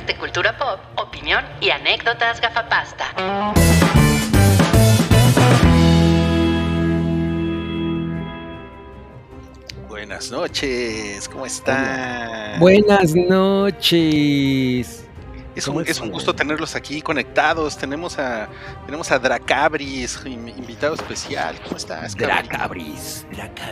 podcast de cultura pop, opinión y anécdotas gafapasta. Buenas noches, ¿cómo están? Buenas noches. Es un gusto tenerlos aquí conectados. Tenemos a Dracabris, invitado especial. ¿Cómo estás, Dracabris.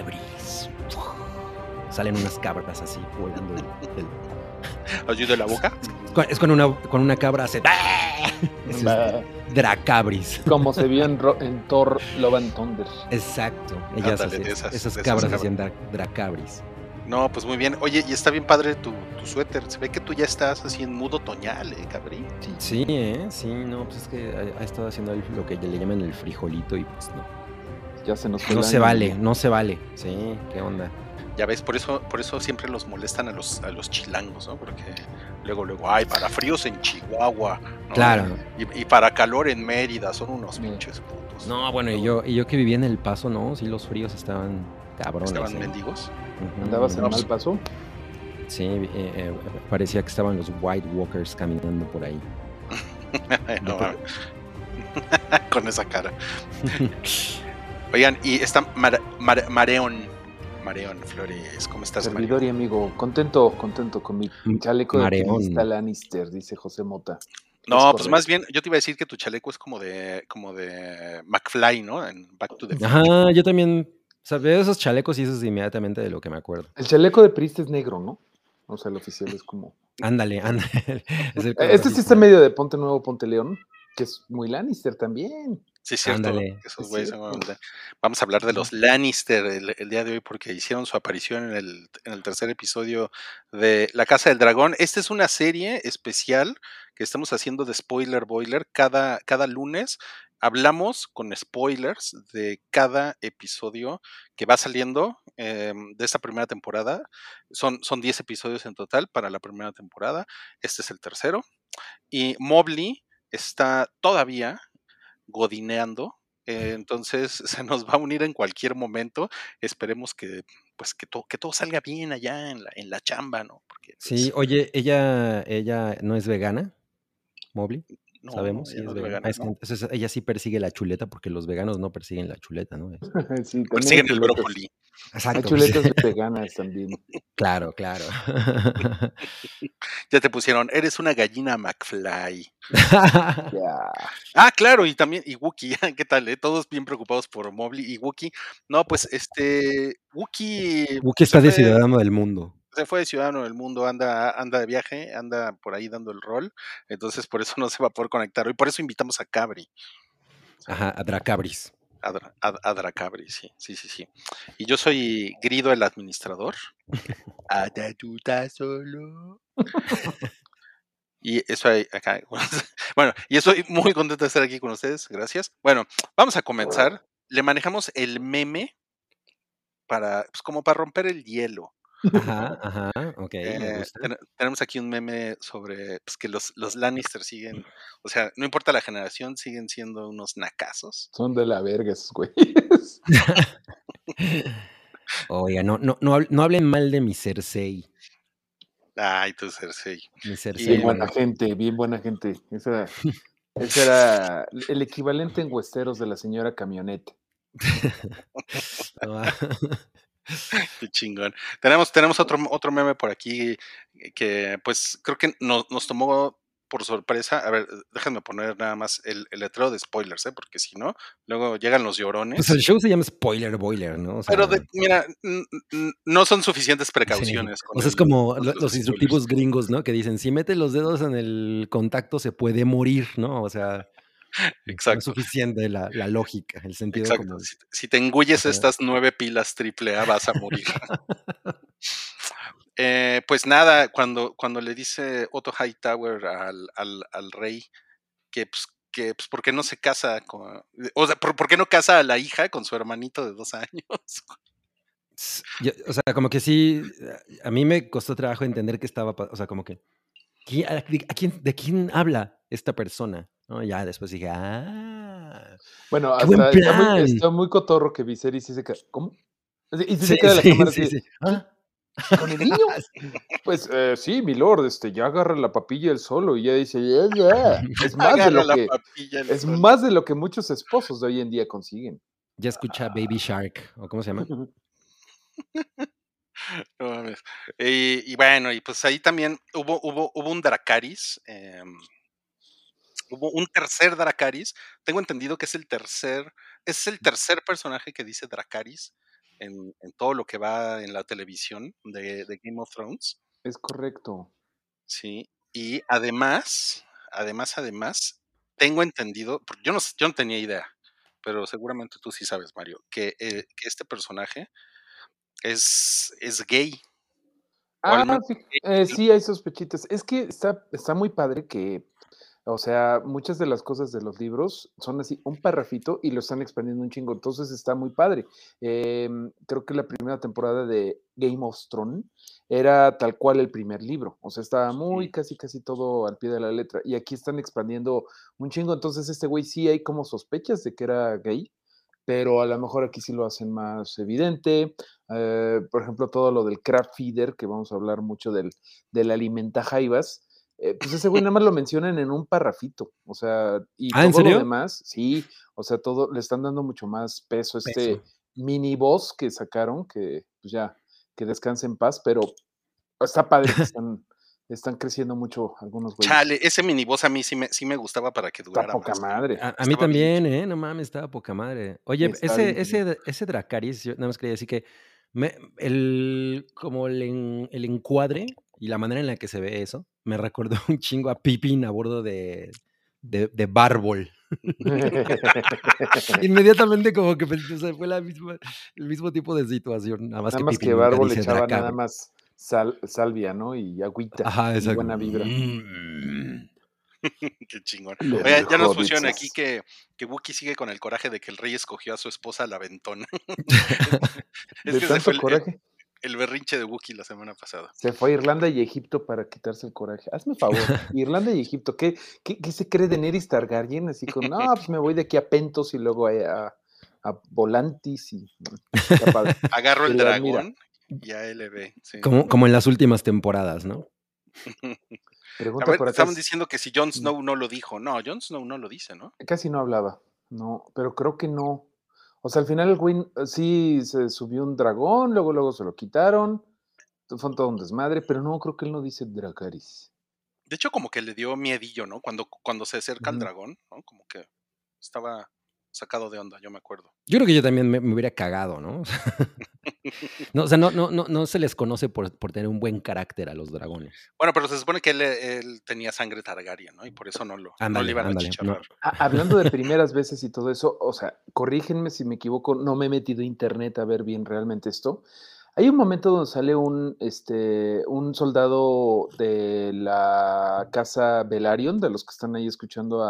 Salen unas cabras así volando del... ¿Ayuda la boca? Es con una cabra hace... Es Dracabris. Como se vio en Thor Love and Thunder. Exacto. Ellas Ándale, esas cabras hacían Dracabris. No, pues muy bien. Oye, y está bien padre tu suéter. Se ve que tú ya estás así en mood otoñal, cabrín. Sí, sí, no, pues es que ha estado haciendo lo que le llaman el frijolito y pues no. Ya se nos fue No se vale. Sí, ¿qué onda? Ya ves, por eso siempre los molestan a los chilangos, ¿no? Porque luego, ay, para fríos en Chihuahua, ¿no? Claro. Y para calor en Mérida, son unos pinches putos. No, bueno, y yo que vivía en El Paso, ¿no? Sí, los fríos estaban cabrones. ¿Estaban mendigos? ¿Andabas en Mal Paso? Sí, parecía que estaban los White Walkers caminando por ahí. No, con esa cara. Oigan, y está Mareón Flores, ¿cómo estás, Servidor Mareón? y amigo, contento con mi chaleco de Krista Lannister, dice José Mota. No, pues más bien, yo te iba a decir que tu chaleco es como de McFly, ¿no? En Back to the Future. Ajá, yo también, veo esos chalecos y eso es inmediatamente de lo que me acuerdo. El chaleco de Priest es negro, ¿no? O sea, el oficial es como... Ándale. Este sí está medio de Ponte Nuevo, Ponte León, que es muy Lannister también. Sí, es cierto. Ándale. Esos güeyes vamos a hablar de los Lannister el día de hoy porque hicieron su aparición en el tercer episodio de La Casa del Dragón. Esta es una serie especial que estamos haciendo de Spoiler Boiler. Cada lunes hablamos con spoilers de cada episodio que va saliendo de esta primera temporada. Son 10 episodios en total para la primera temporada. Este es el tercero. Y Mobley está todavía godineando, entonces se nos va a unir en cualquier momento. Esperemos que todo salga bien allá en la chamba, ¿no? Porque, pues, sí, oye, ella no es vegana, Mobley. no, ¿Sabemos si es vegana? Entonces ella sí persigue la chuleta porque los veganos no persiguen la chuleta, ¿no? Sí, persiguen el brócoli. Exacto. Hay chuletas veganas también. Claro. Ya te pusieron, eres una gallina McFly. Yeah. Ah, claro, y también, y Wookie, ¿qué tal? Todos bien preocupados por Mobley y Wookie. No, pues Wookie está de ciudadano del mundo. Se fue de ciudadano del mundo, anda de viaje, anda por ahí dando el rol, entonces por eso no se va a poder conectar hoy, por eso invitamos a Cabri. Ajá, a Dracabris. A Dracabris, sí. Y yo soy Grido, el administrador. Ataduta solo. Y eso hay acá. Bueno, y estoy muy contento de estar aquí con ustedes, gracias. Bueno, vamos a comenzar. Le manejamos el meme como para romper el hielo. Ajá, ok, me gusta. Tenemos aquí un meme sobre que los Lannister siguen, o sea, no importa la generación, siguen siendo unos nacazos. Son de la verga esos güeyes. Oiga, no hablen mal de mi Cersei. Ay, tu Cersei. Mi Cersei. Bien buena gente. Ese era el equivalente en Westeros de la señora Camioneta. Qué chingón. Tenemos otro meme por aquí que pues creo que nos tomó por sorpresa. A ver, déjenme poner nada más el letrero de spoilers, porque si no, luego llegan los llorones. Pues el show se llama Spoiler Boiler, ¿no? O sea, pero mira, no son suficientes precauciones. Sí. O sea, es como los instructivos gringos, ¿no? Que dicen, si mete los dedos en el contacto se puede morir, ¿no? O sea, exacto. No es suficiente la lógica, el sentido. Exacto. Como... Si te engulles estas 9 pilas AAA vas a morir. Pues nada, cuando le dice Otto Hightower al rey que ¿por qué no se casa o sea, ¿por qué no casa a la hija con su hermanito de 2 años? O sea, como que sí, a mí me costó trabajo entender que estaba, o sea, como que, ¿de quién habla esta persona? ¿No? Ya después dije, bueno, qué buen plan. Está muy cotorro que Viserys se queda, ¿cómo? Y se queda la cámara así. con el niño. Pues sí, mi lord, ya agarra la papilla él solo y ya dice, ya, ya. Es más de Agarra lo la que, papilla el es sol. más de lo que muchos esposos de hoy en día consiguen. Ya escucha Baby Shark, ¿o cómo se llama? No mames. Y bueno, y pues ahí también hubo un Dracarys, hubo un tercer Dracarys. Tengo entendido que es el tercer personaje que dice Dracarys en todo lo que va en la televisión de Game of Thrones. Es correcto. Sí. Y además, tengo entendido, porque yo no tenía idea, pero seguramente tú sí sabes, Mario, que este personaje es gay, o al Ah, menos sí, hay sospechitas. Es que está muy padre que, o sea, muchas de las cosas de los libros son así, un parrafito y lo están expandiendo un chingo. Entonces está muy padre. Creo que la primera temporada de Game of Thrones era tal cual el primer libro. O sea, estaba muy casi todo al pie de la letra. Y aquí están expandiendo un chingo. Entonces, este güey sí hay como sospechas de que era gay, pero a lo mejor aquí sí lo hacen más evidente. Por ejemplo, todo lo del crab feeder, que vamos a hablar mucho del alimenta jaivas, pues ese güey nada más lo mencionan en un parrafito, o sea, y Ah, ¿en todo lo serio? demás, sí, o sea, todo, le están dando mucho más peso a Peso. este mini boss que sacaron, que pues ya, que descanse en paz, pero está padre que están creciendo mucho algunos güeyes. chale, ese miniboss a mí sí me gustaba para que Está durara poca más, madre, A mí Estaba bien también, chido. No mames, estaba poca madre. Oye, está bien chido. ese Dracarys, yo nada más quería decir que como el encuadre y la manera en la que se ve eso, me recordó un chingo a Pippin a bordo de Bárbol. Inmediatamente como que o sea, fue el mismo tipo de situación, nada más Nada que más que Pippin nunca Barbo le dice echaba nada Dracable. más salvia, ¿no? Y agüita Ajá, y exacto. buena vibra. Qué chingón. Los Oye, ya nos pusieron aquí hobbits. que Wookiee sigue con el coraje de que el rey escogió a su esposa la aventona. Es De que ese fue tanto coraje, el berrinche de Wookiee la semana pasada. se fue a Irlanda y Egipto para quitarse el coraje. Hazme favor, Irlanda y Egipto, ¿qué se cree de Daenerys Targaryen? Así con, no, pues me voy de aquí a Pentos y luego a Volantis y está padre. Agarro Se el le admira. dragón y a LB, sí. Como en las últimas temporadas, ¿no? A Pregunta ver, por acá, estaban diciendo que si Jon Snow no lo dijo. No, Jon Snow no lo dice, ¿no? casi no hablaba, no, pero creo que no. O sea, al final el güey sí se subió un dragón, luego se lo quitaron. Fue todo un desmadre, pero no, creo que él no dice Dracarys. De hecho, como que le dio miedillo, ¿no? Cuando se acerca al Ujú. dragón, ¿no? Como que estaba sacado de onda, yo me acuerdo. Yo creo que yo también me hubiera cagado, ¿no? No, o sea, no se les conoce por tener un buen carácter a los dragones. Bueno, pero se supone que él tenía sangre Targaryen, ¿no? Y por eso no le Ándale, iban a ándale. No. achicharrar. Hablando de primeras veces y todo eso, o sea, corrígenme si me equivoco, no me he metido a internet a ver bien realmente esto. Hay un momento donde sale un soldado de la casa Velaryon, de los que están ahí escuchando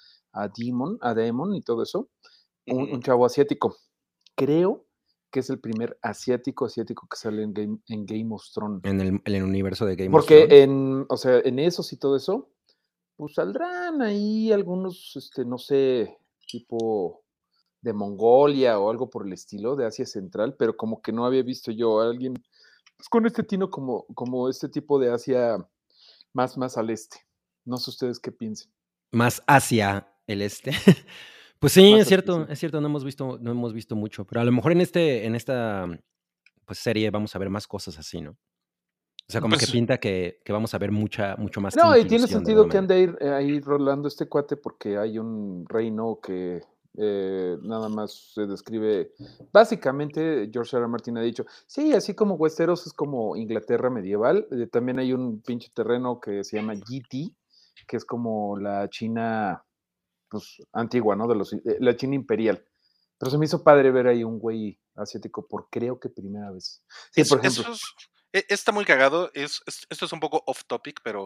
a Daemon y todo eso, Ujú. un chavo asiático. Creo que es el primer asiático que sale en Game of Thrones. En el universo de Game of Porque Thrones. o sea, en esos y todo eso, pues saldrán ahí algunos, no sé, tipo de Mongolia o algo por el estilo, de Asia Central, pero como que no había visto yo a alguien pues, con este tino como este tipo de Asia más al este. No sé ustedes qué piensen. Más hacia el este. Pues sí, Más así, sí. es cierto, no hemos visto mucho, pero a lo mejor en esta pues, serie vamos a ver más cosas así, ¿no? O sea, como que Pues pinta que vamos a ver mucho más No, y tiene inclusión de alguna sentido que manera. ande ahí rolando este cuate porque hay un reino que nada más se describe. Básicamente, George R. R. Martin ha dicho, sí, así como Westeros es como Inglaterra medieval, también hay un pinche terreno que se llama GT, que es como la China pues, antigua, ¿no? La China imperial. Pero se me hizo padre ver ahí un güey asiático por creo que primera vez. Sí, por ejemplo. eso está muy cagado. Esto es un poco off topic, pero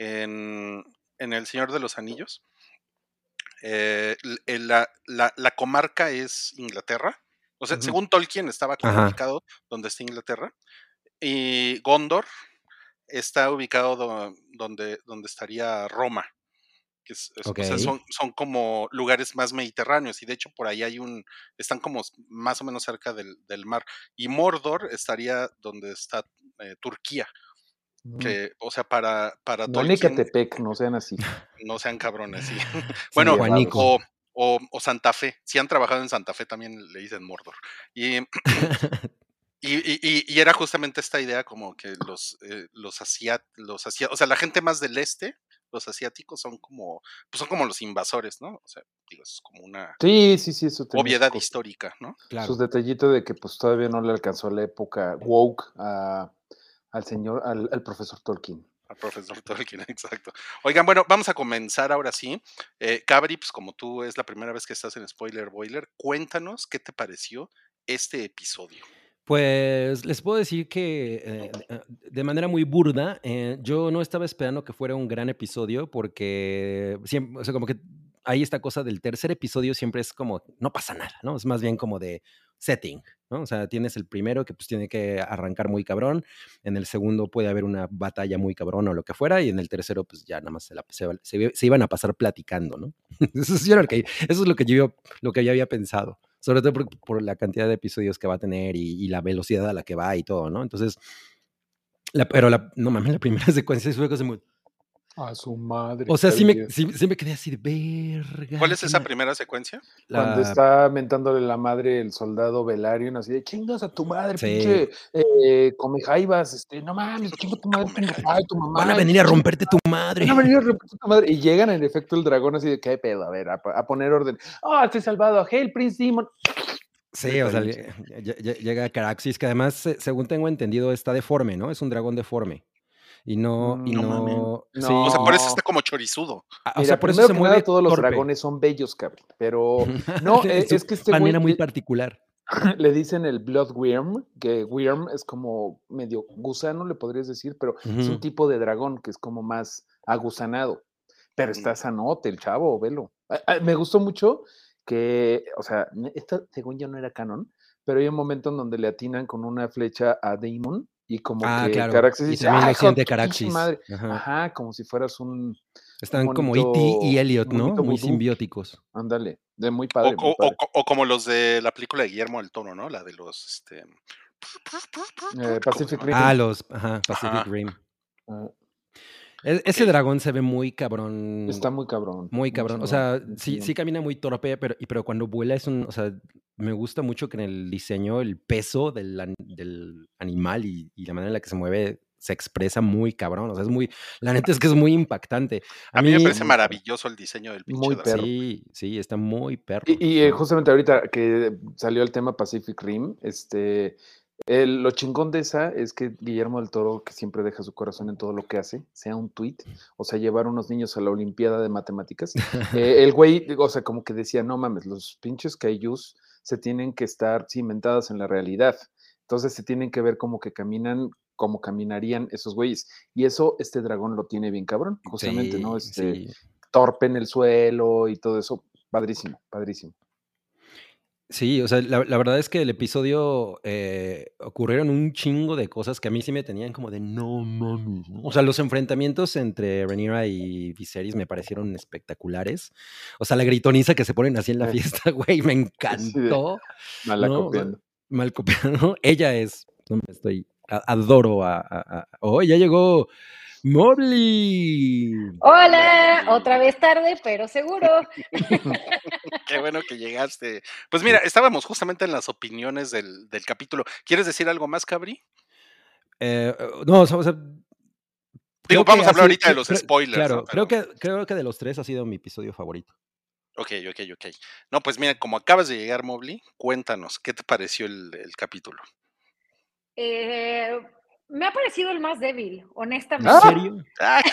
en El Señor de los Anillos, la comarca es Inglaterra. O sea, Ujú. según Tolkien, estaba como Ajá, ubicado donde está Inglaterra. Y Gondor está ubicado donde estaría Roma. O sea, okey. son como lugares más mediterráneos y de hecho por ahí están como más o menos cerca del mar. Y Mordor estaría donde está Turquía. Mm. Que, o sea, para No en Tolkien, Ecatepec, no sean así. no sean cabrones, sí. Sí, Bueno, Juanico. o Santa Fe. Si han trabajado en Santa Fe, también le dicen Mordor. Y era justamente esta idea como que los asiáticos, o sea, la gente más del este, los asiáticos son como, pues son como los invasores, ¿no? O sea, digo, es como una Sí, eso tenía su obviedad cosa. histórica, ¿no? Sus Claro. detallitos de que pues todavía no le alcanzó la época woke al profesor Tolkien. Al profesor Tolkien, exacto. Oigan, bueno, vamos a comenzar ahora sí. Cabri, pues como tú es la primera vez que estás en Spoiler Boiler, cuéntanos qué te pareció este episodio. Pues les puedo decir que de manera muy burda, yo no estaba esperando que fuera un gran episodio porque siempre, o sea, como que hay esta cosa del tercer episodio siempre es como, no pasa nada, ¿no? Es más bien como de setting, ¿no? O sea, tienes el primero que pues tiene que arrancar muy cabrón, en el segundo puede haber una batalla muy cabrón o lo que fuera, y en el tercero pues ya nada más se iban a pasar platicando, ¿no? Eso es lo que yo había pensado. Sobre todo por la cantidad de episodios que va a tener y la velocidad a la que va y todo, ¿no? Entonces, no mames, la primera secuencia fue cosa muy... A su madre. O sea, sí me quedé así de verga. ¿Cuál es esa primera secuencia? Cuando está mentándole la madre el soldado Velaryon, así de chingas a tu madre, Sí. pinche come jaivas, no mames, chinga tu madre, tu papá y tu mamá. Van a venir a romperte tu madre. Van a venir a romperte tu madre. Y llegan en efecto el dragón así de, ¿qué pedo? A ver, a poner orden. ¡Oh, estoy salvado! ¡Hail, Prince Demon! Sí, o sea, llega Caraxis, que además, según tengo entendido, está deforme, ¿no? Es un dragón deforme. Y no, No. sí. O sea, por eso está como chorizudo. Mira, o sea, por eso primero se que mueve nada, todos los torpe. dragones son bellos, cabrón. Pero no, es que este manera güey muy particular. le dicen el Bloodworm, que Worm es como medio gusano, le podrías decir, pero es un tipo de dragón que es como más agusanado. Pero está sanote el chavo, velo. Me gustó mucho que, o sea, esta según yo no era canon, pero hay un momento en donde le atinan con una flecha a Daemon y como que claro. Caraxes Y dice, también lo hijo de siente tu pinche Caraxis. madre. Ajá. Ajá, como si fueras un Están como monito, E.T. y Elliot, un ¿no? monito Muy vudú. simbióticos. Ándale, de muy padre, muy padre. O como los de la película de Guillermo del Toro, ¿no? La de los Pacific Rim. Pacific Rim. Ah, Ese dragón se ve muy cabrón. está muy cabrón. Muy cabrón. chingón, O sea, muy sí chingón. camina muy torpe, pero cuando vuela o sea, me gusta mucho que en el diseño el peso del animal y la manera en la que se mueve se expresa muy cabrón. O sea, la neta es que es muy impactante. A mí me parece maravilloso el diseño del pinche Muy dragón. perro. Sí, está muy perro. Y justamente ahorita que salió el tema Pacific Rim, lo chingón de esa es que Guillermo del Toro, que siempre deja su corazón en todo lo que hace, sea un tweet, o sea, llevar unos niños a la Olimpiada de Matemáticas, el güey, o sea, como que decía, no mames, los pinches kaijus se tienen que estar cimentadas en la realidad, entonces se tienen que ver como que caminan, como caminarían esos güeyes, y eso este dragón lo tiene bien cabrón, justamente, ¿no? Sí. Torpe en el suelo y todo eso, padrísimo, padrísimo. Sí, o sea, la verdad es que el episodio ocurrieron un chingo de cosas que a mí sí me tenían como de no mames, ¿no? O sea, los enfrentamientos entre Rhaenyra y Viserys me parecieron espectaculares. O sea, la gritoniza que se ponen así en la fiesta, güey, me encantó. Mal ¿no? copiando. O sea, mal copiando. Ella es, no me estoy, adoro oh, ya llegó Mobley. Hola, otra vez tarde, pero seguro. Qué bueno que llegaste. Pues mira, estábamos justamente en las opiniones del capítulo. ¿Quieres decir algo más, Cabri? No, o sea, digo, vamos a hablar ahorita de los spoilers. Claro, ¿no? Pero... creo que de los tres ha sido mi episodio favorito. Ok. No, pues mira, como acabas de llegar, Mobley, cuéntanos, ¿qué te pareció el capítulo? Me ha parecido el más débil, honestamente. ¿En serio?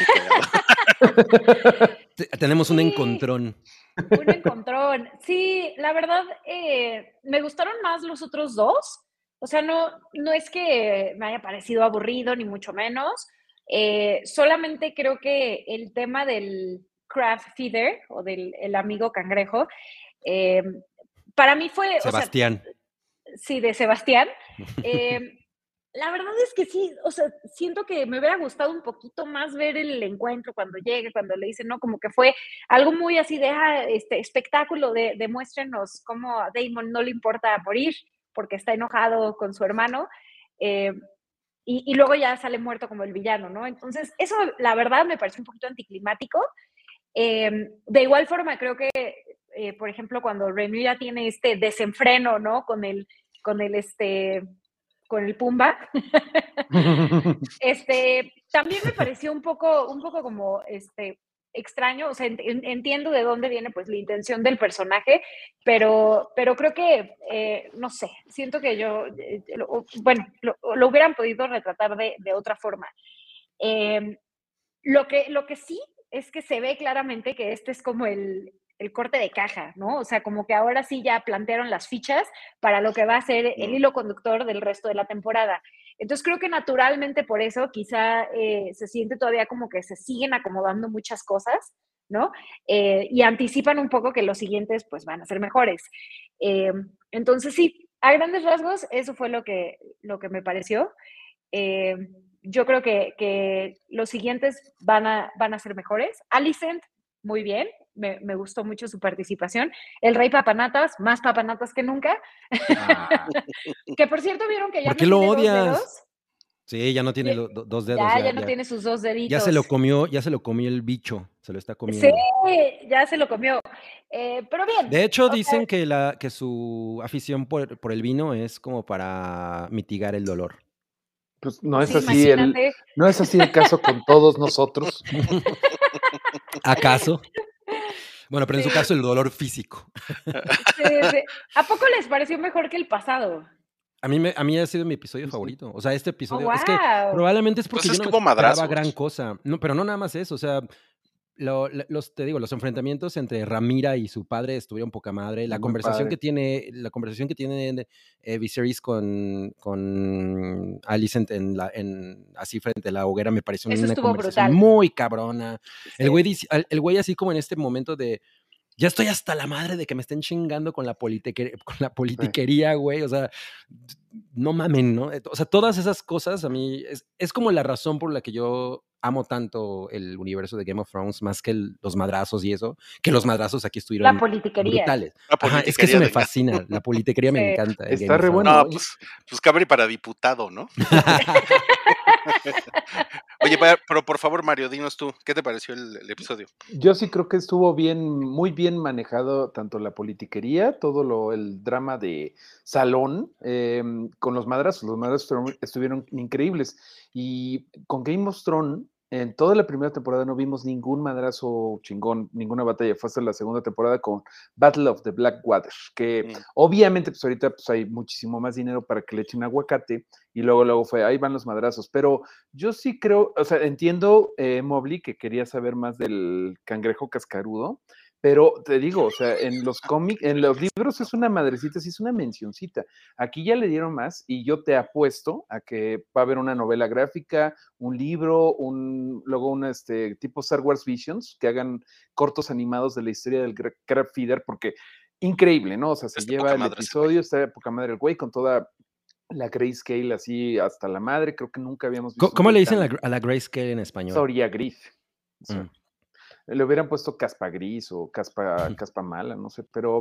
Qué Tenemos un encontrón. Un encontrón. Sí, la verdad, me gustaron más los otros dos. O sea, no es que me haya parecido aburrido, ni mucho menos. Solamente creo que el tema del crab feeder o del el amigo cangrejo, para mí fue... Sebastián. O sea, sí, de Sebastián. La verdad es que sí, o sea, siento que me hubiera gustado un poquito más ver el encuentro cuando llegue, cuando le dicen, no, como que fue algo muy así de espectáculo, demuéstrenos cómo a Daemon no le importa morir porque está enojado con su hermano. y luego ya sale muerto como el villano, ¿no? Entonces, eso la verdad me parece un poquito anticlimático. De igual forma, creo que, por ejemplo, cuando Rhaenyra tiene este desenfreno, ¿no? Con el Pumba, también me pareció un poco como, extraño, o sea, entiendo de dónde viene, pues, la intención del personaje, pero creo que, no sé, siento que lo hubieran podido retratar de otra forma. Lo que sí es que se ve claramente que este es como el corte de caja, ¿no? O sea, como que ahora sí ya plantearon las fichas para lo que va a ser el hilo conductor del resto de la temporada. Entonces creo que naturalmente por eso quizá se siente todavía como que se siguen acomodando muchas cosas, ¿no? Y anticipan un poco que los siguientes pues van a ser mejores. Entonces sí, a grandes rasgos eso fue lo que me pareció. Eh, yo creo que los siguientes van a ser mejores. Alicent, muy bien, me gustó mucho su participación. El Rey Papanatas, más papanatas que nunca. Ah, Que por cierto, vieron que ya ¿por no qué lo tiene 2 odias? dedos. Sí, ya no tiene Ya, dos dedos, ya no tiene sus 2 ya se lo deditos. comió, ya se lo comió el bicho, se lo está Sí, comiendo. ya se lo comió. Pero bien, De hecho, o sea, dicen que su afición por el vino es como para mitigar el dolor. Pues no pues es sí, así imagínate. no es así el caso con todos nosotros. ¿Acaso? Bueno, pero en su Sí, caso el dolor físico. sí, sí. ¿A poco les pareció mejor que el pasado? A mí ha sido mi episodio Sí, sí. favorito. O sea, este Oh, episodio, es que wow. probablemente es Pues porque yo es no que me hubo esperaba gran madrazos. cosa. No, pero no nada más eso. O sea, te digo, los enfrentamientos entre Ramira y su padre estuvieron poca madre. Muy padre. La conversación que tiene Viserys con Alicent así frente a la hoguera me pareció Eso una estuvo conversación brutal. muy cabrona. El Sí. güey así como en este momento de ya estoy hasta la madre de que me estén chingando con la politiquería, güey. O sea, no mamen, ¿no? O sea, todas esas cosas a mí es como la razón por la que yo amo tanto el universo de Game of Thrones, más que los madrazos y eso, que los madrazos aquí La estuvieron politiquería. brutales. La Ajá, es que eso politiquería me de gas. fascina. La politiquería me Sí. encanta en Está Game of re Thrones. bueno. No, pues Cabri para diputado, ¿no? Oye, pero por favor, Mario, dinos tú, ¿qué te pareció el episodio? Yo sí creo que estuvo muy bien manejado tanto la politiquería, el drama de salón, con los madrazos. Los madrazos estuvieron increíbles. Y con Game of Thrones, en toda la primera temporada no vimos ningún madrazo chingón, ninguna batalla. Fue hasta la segunda temporada con Battle of the Blackwater, que obviamente pues ahorita pues hay muchísimo más dinero para que le echen aguacate y luego fue, ahí van los madrazos. Pero yo sí creo, o sea, entiendo, Mobley, que quería saber más del cangrejo cascarudo, pero te digo, o sea, en los cómics, en los libros es una madrecita, sí es una mencioncita. Aquí ya le dieron más y yo te apuesto a que va a haber una novela gráfica, un libro, luego un tipo Star Wars Visions, que hagan cortos animados de la historia del Crab Feeder, porque increíble, ¿no? O sea, se Está lleva poca el madre ese güey. episodio, está de poca madre el güey, con toda la grayscale así hasta la madre, creo que nunca habíamos visto un ¿Cómo le güey dicen tan a la grayscale en español? Soria gris. O sea, Mm. le hubieran puesto caspa gris o caspa mala, no sé, pero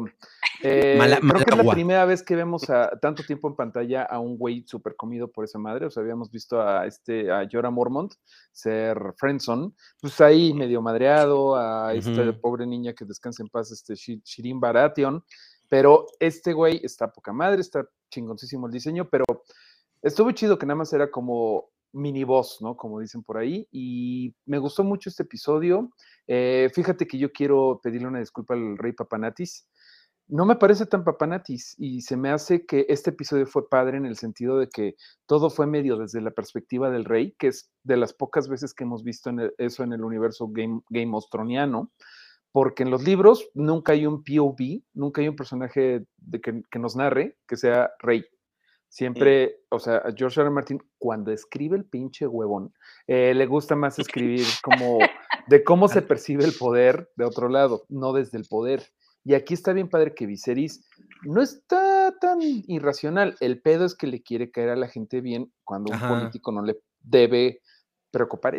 Mala creo que es la agua. primera vez que vemos tanto tiempo en pantalla a un güey súper comido por esa madre. O sea, habíamos visto a Jorah Mormont ser friendzone, pues ahí medio madreado, a esta Ujú. pobre niña que descansa en paz, Shirin Baratheon, pero este güey está poca madre, está chingoncísimo el diseño, pero estuvo chido que nada más era como mini boss, ¿no? Como dicen por ahí. Y me gustó mucho este episodio. Fíjate que yo quiero pedirle una disculpa al Rey Papanatis. No me parece tan Papanatis y se me hace que este episodio fue padre en el sentido de que todo fue medio desde la perspectiva del rey, que es de las pocas veces que hemos visto eso en el universo Game of Thrones, porque en los libros nunca hay un POV, nunca hay un personaje que nos narre que sea rey. Siempre, o sea, a George R. R. Martin, cuando escribe el pinche huevón, le gusta más escribir como de cómo se percibe el poder de otro lado, no desde el poder. Y aquí está bien padre que Viserys no está tan irracional. El pedo es que le quiere caer a la gente bien cuando un Ajá. político no le debe preocupar eso.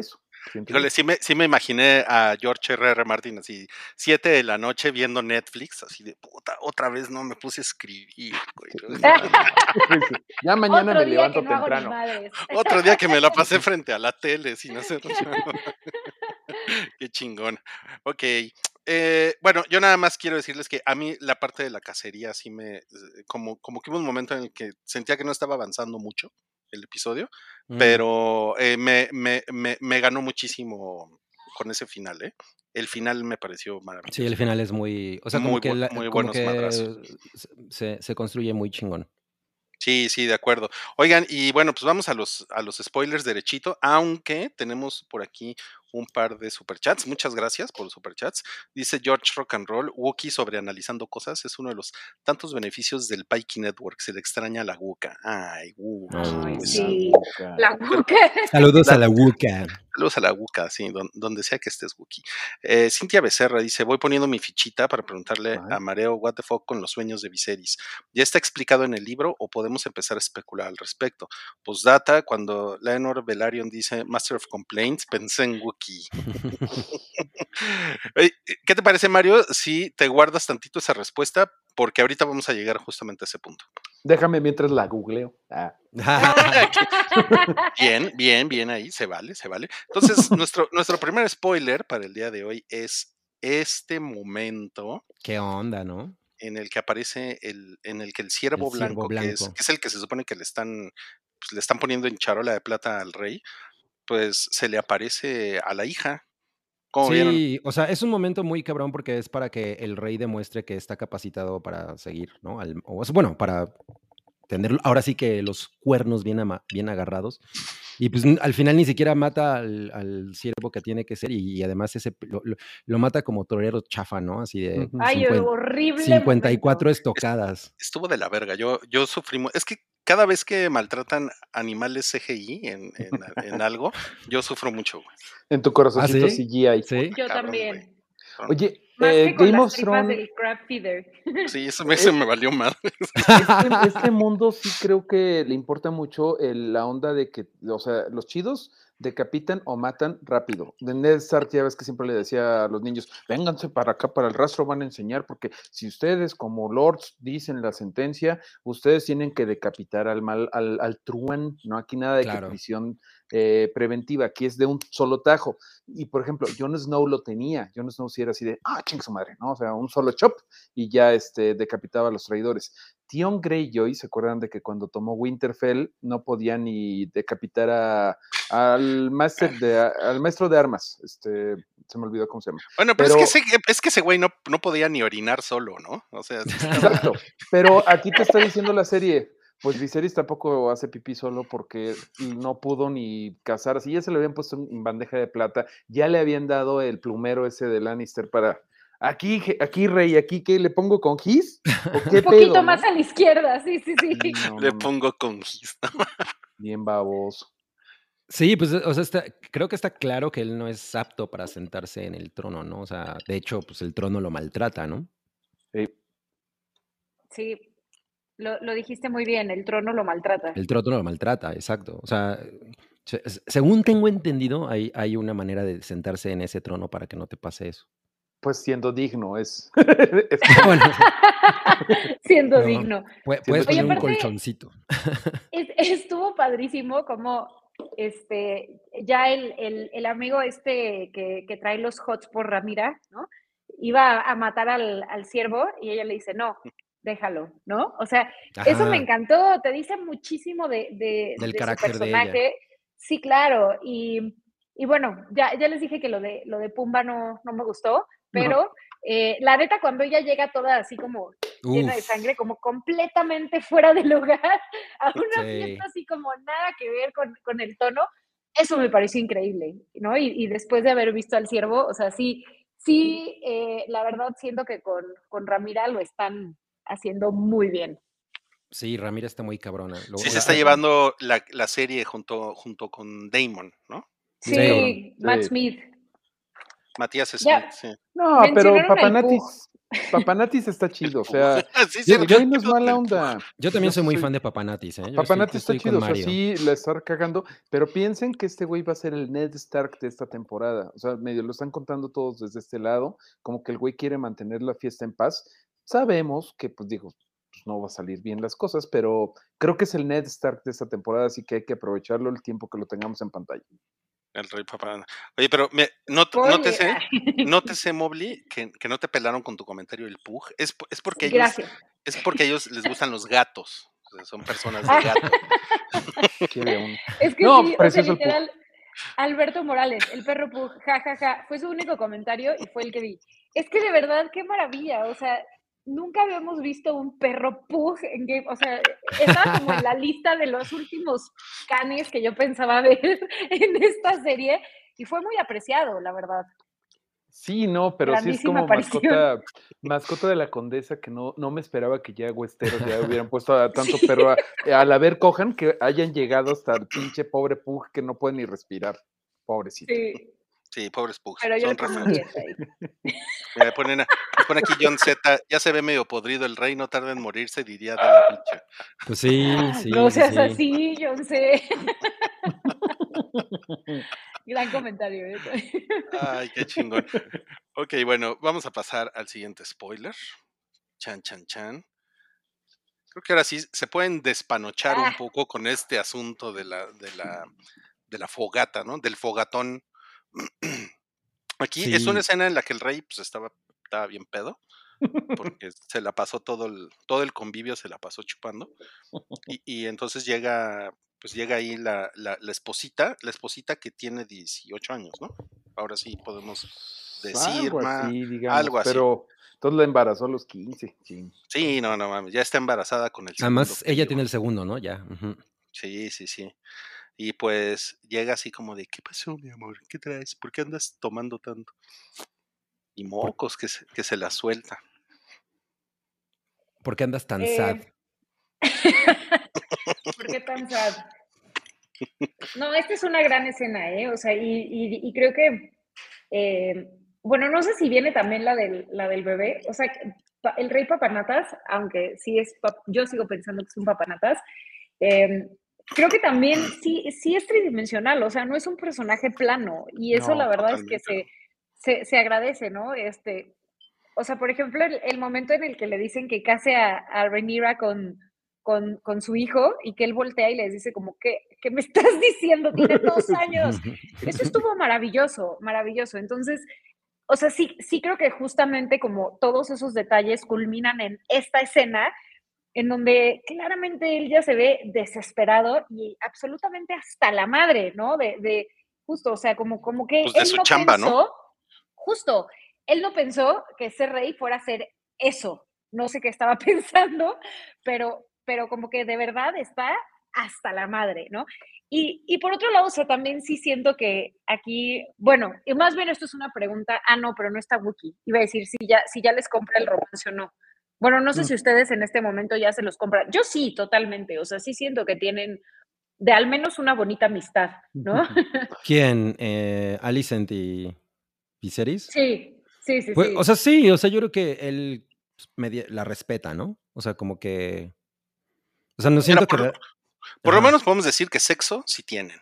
siento Híjole, yo. sí me imaginé a George R.R. Martin así, 7 de la noche viendo Netflix, así de puta, otra vez no me puse a escribir, güey. Sí. Ya mañana Otro me día que levanto no hago ni temprano. madres. Otro día que me la pasé frente a la tele sin hacer nada. Qué chingón. Ok. Bueno, yo nada más quiero decirles que a mí la parte de la cacería sí como que hubo un momento en el que sentía que no estaba avanzando mucho el episodio, pero me ganó muchísimo con ese final, ¿eh? El final me pareció Sí, maravilloso. el final es muy, o sea, Muy como buenos madrazos. que se construye muy chingón. Sí, de acuerdo. Oigan, y bueno, pues vamos a los spoilers derechito, aunque tenemos por aquí un par de superchats. Muchas gracias por los superchats. Dice George Rock and Roll, Wookiee sobre analizando cosas es uno de los tantos beneficios del Pikey Network. Se le extraña a la Wooka. Ay, Wookiee. Ay, Pues La sí. Wooca. La Wooca. Saludos La- a la Wooca. Saludos a la Wooka, sí, donde sea que estés, Wookiee. Cintia Becerra dice, voy poniendo mi fichita para preguntarle Ajá. a Mareo what the fuck con los sueños de Viserys. ¿Ya está explicado en el libro o podemos empezar a especular al respecto? Postdata, cuando Laenor Velaryon dice Master of Complaints, pensé en Wookiee. ¿Qué te parece, Mario, si te guardas tantito esa respuesta? Porque ahorita vamos a llegar justamente a ese punto. Déjame mientras la googleo. Ah. Bien ahí, se vale. Entonces, nuestro primer spoiler para el día de hoy es este momento ¿Qué onda, no? en el que aparece en el que el ciervo El ciervo blanco, que blanco. es el que se supone que le están poniendo en charola de plata al rey, pues se le aparece a la hija. ¿Cómo vieron? Sí, o sea, es un momento muy cabrón porque es para que el rey demuestre que está capacitado para seguir, ¿no? Bueno, para tener ahora sí que los cuernos bien agarrados. Y pues al final ni siquiera mata al ciervo que tiene que ser y además lo mata como torero chafa, ¿no? Así de Ujú. Ay, horrible 54 momento. estocadas. Estuvo de la verga. Yo sufrí. Es que cada vez que maltratan animales CGI en algo, yo sufro mucho, güey. En tu corazoncito ¿sí? CGI. Sí. Yo Cabrón, güey. también. Oye, Más que con Game las of tripas Thrones, del crab feeder. Sí, eso se me valió mal. este mundo sí creo que le importa mucho la onda de que, o sea, los chidos decapitan o matan rápido. De Ned Stark ya ves que siempre le decía a los niños, vénganse para acá, para el rastro van a enseñar, porque si ustedes como lords dicen la sentencia, ustedes tienen que decapitar al truán, ¿no? Aquí nada de que Claro. prisión preventiva, aquí es de un solo tajo. Y por ejemplo, Jon Snow lo tenía, Jon Snow sí era así de, ching su madre, ¿no? O sea, un solo chop y ya decapitaba a los traidores. Theon Greyjoy, ¿se acuerdan de que cuando tomó Winterfell no podía ni decapitar al maestro de armas? Se me olvidó cómo se llama. Bueno, pero es que ese güey no podía ni orinar solo, ¿no? O sea, sí estaba... Exacto. Pero aquí te está diciendo la serie, pues Viserys tampoco hace pipí solo porque no pudo ni cazar. Así ya se le habían puesto en bandeja de plata, ya le habían dado el plumero ese de Lannister para. Aquí, rey, aquí ¿qué le pongo con gis? ¿O qué Un poquito pedo, más no? a la izquierda, sí. Le pongo con gis. Bien baboso. Sí, pues, o sea, creo que está claro que él no es apto para sentarse en el trono, ¿no? O sea, de hecho, pues el trono lo maltrata, ¿no? Sí, lo dijiste muy bien, el trono lo maltrata. El trono lo maltrata, exacto. O sea, según tengo entendido, hay una manera de sentarse en ese trono para que no te pase eso. Pues siendo digno, es. Bueno, Siendo no, digno. puedes Oye, poner un aparte, colchoncito. Estuvo padrísimo como ya el amigo que trae los hots por Ramira, ¿no? Iba a matar al ciervo y ella le dice, no, déjalo, ¿no? O sea, eso me Ajá, encantó, te dice muchísimo del de su carácter de ella. personaje. Sí, claro, y bueno, ya les dije que lo de Pumba no me gustó, pero la neta cuando ella llega toda así como llena de Uf, sangre, como completamente fuera de lugar, a una sí. fiesta así como nada que ver con el tono, eso me pareció increíble, ¿no? Y después de haber visto al ciervo, o sea, sí, la verdad siento que con Ramira lo están haciendo muy bien. Sí, Ramírez está muy cabrona. Sí, se está llevando la serie junto con Damon, ¿no? Sí, Sí. Matt Smith. Matías Smith, Ya, sí. No, pero mencionaron al Papanatis Papanatis está chido, o sea, Sí, Yo, el yo, güey no es mala del- onda. yo también Yo soy muy soy fan de Papanatis, ¿eh? Yo Papanatis está estoy con chido, o sea, Mario. sí la está cagando, pero piensen que este güey va a ser el Ned Stark de esta temporada. O sea, medio lo están contando todos desde este lado, como que el güey quiere mantener la fiesta en paz. Sabemos que, pues digo, pues no va a salir bien las cosas, pero creo que es el Ned Stark de esta temporada, así que hay que aprovecharlo el tiempo que lo tengamos en pantalla. El rey papá. Oye, pero Spoiler. nótese, Mobley, que no te pelaron con tu comentario el Pug. Es porque Gracias. a ellos les gustan los gatos. O sea, son personas de gato. Quiere uno. Es que No, sí, o sea, precioso el Pug. literal, Alberto Morales, el perro Pug, ja, ja, ja, fue su único comentario y fue el que vi. Es que de verdad, qué maravilla, o sea, nunca habíamos visto un perro Pug en Game, o sea, estaba como en la lista de los últimos canes que yo pensaba ver en esta serie y fue muy apreciado, la verdad. Sí, no, pero sí es Grandísima como aparición. mascota de la condesa que no me esperaba que ya Westeros ya hubieran puesto a tanto perro al haber Cohan que hayan llegado hasta el pinche pobre Pug que no puede ni respirar. Pobrecito. Sí, Sí, pobres Pugs. pero yo Son le pongo un refluentes. 10 ahí. Mira, nos pone aquí John Z. Ya se ve medio podrido el rey, no tarda en morirse, diría de la pinche. Pues sí, No sí. seas así, yo sé. Gran comentario. Ay, qué chingón. Ok, bueno, vamos a pasar al siguiente spoiler. Chan, chan, chan. Creo que ahora sí se pueden despanochar un poco con este asunto de la fogata, ¿no? Del fogatón. Aquí es una Sí. escena en la que el rey pues estaba bien pedo, porque se la pasó todo el convivio se la pasó chupando. Y entonces llega ahí la esposita que tiene 18 años, ¿no? Ahora sí podemos decir Algo así, digamos, algo así. pero entonces la embarazó a los 15. Sí. Sí, no mames, ya está embarazada con el segundo Además, ella crío. tiene el segundo, ¿no? Ya. Ujú. Sí. Y pues llega así como de, ¿qué pasó, mi amor? ¿Qué traes? ¿Por qué andas tomando tanto? Y mocos que se la suelta. ¿Por qué andas tan sad? ¿Por qué tan sad? No, esta es una gran escena, ¿eh? O sea, y creo que, bueno, no sé si viene también la del bebé. O sea, el rey papanatas, aunque sí es, yo sigo pensando que es un papanatas, creo que también sí es tridimensional, o sea, no es un personaje plano, y eso No, la verdad es que totalmente se agradece, ¿no? O sea, por ejemplo, el momento en el que le dicen que case a Rhaenyra con su hijo y que él voltea y les dice como, ¿qué me estás diciendo? Tiene 2 años. Eso estuvo maravilloso, maravilloso. Entonces, o sea, sí creo que justamente como todos esos detalles culminan en esta escena en donde claramente él ya se ve desesperado y absolutamente hasta la madre, ¿no? Justo, o sea, como que Pues de él su no chamba, ¿no? pensó, justo, él no pensó que ser rey fuera a ser eso. No sé qué estaba pensando, pero como que de verdad está hasta la madre, ¿no? Y por otro lado, o sea, también sí siento que aquí, bueno, y más bien esto es una pregunta, no, pero no está Wookiee. Iba a decir si ya les compra el romance o no. Bueno, no sé si ustedes en este momento ya se los compran. Yo sí, totalmente. O sea, sí siento que tienen de al menos una bonita amistad, ¿no? ¿Quién? ¿Alicent y Viserys? Sí. Pues, o sea, sí, o sea, yo creo que él la respeta, ¿no? O sea, como que. O sea, no siento que. Por lo menos podemos decir que sexo sí tienen.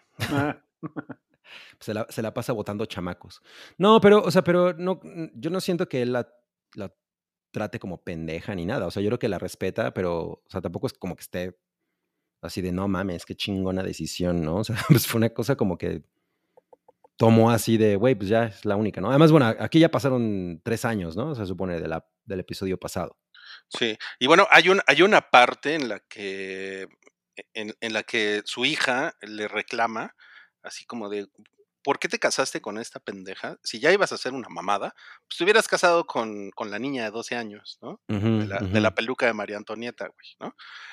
Se la pasa botando chamacos. No, pero, o sea, pero no, yo no siento que él la trate como pendeja ni nada. O sea, yo creo que la respeta, pero, o sea, tampoco es como que esté así de no mames, qué chingona decisión, ¿no? O sea, pues fue una cosa como que tomó así de, güey, pues ya es la única, ¿no? Además, bueno, aquí ya pasaron 3 años, ¿no? Se supone del episodio pasado. Sí, y bueno, hay una parte en la que su hija le reclama, así como de, ¿por qué te casaste con esta pendeja? Si ya ibas a hacer una mamada, pues te hubieras casado con la niña de 12 años, ¿no? De la peluca de María Antonieta, güey, ¿no?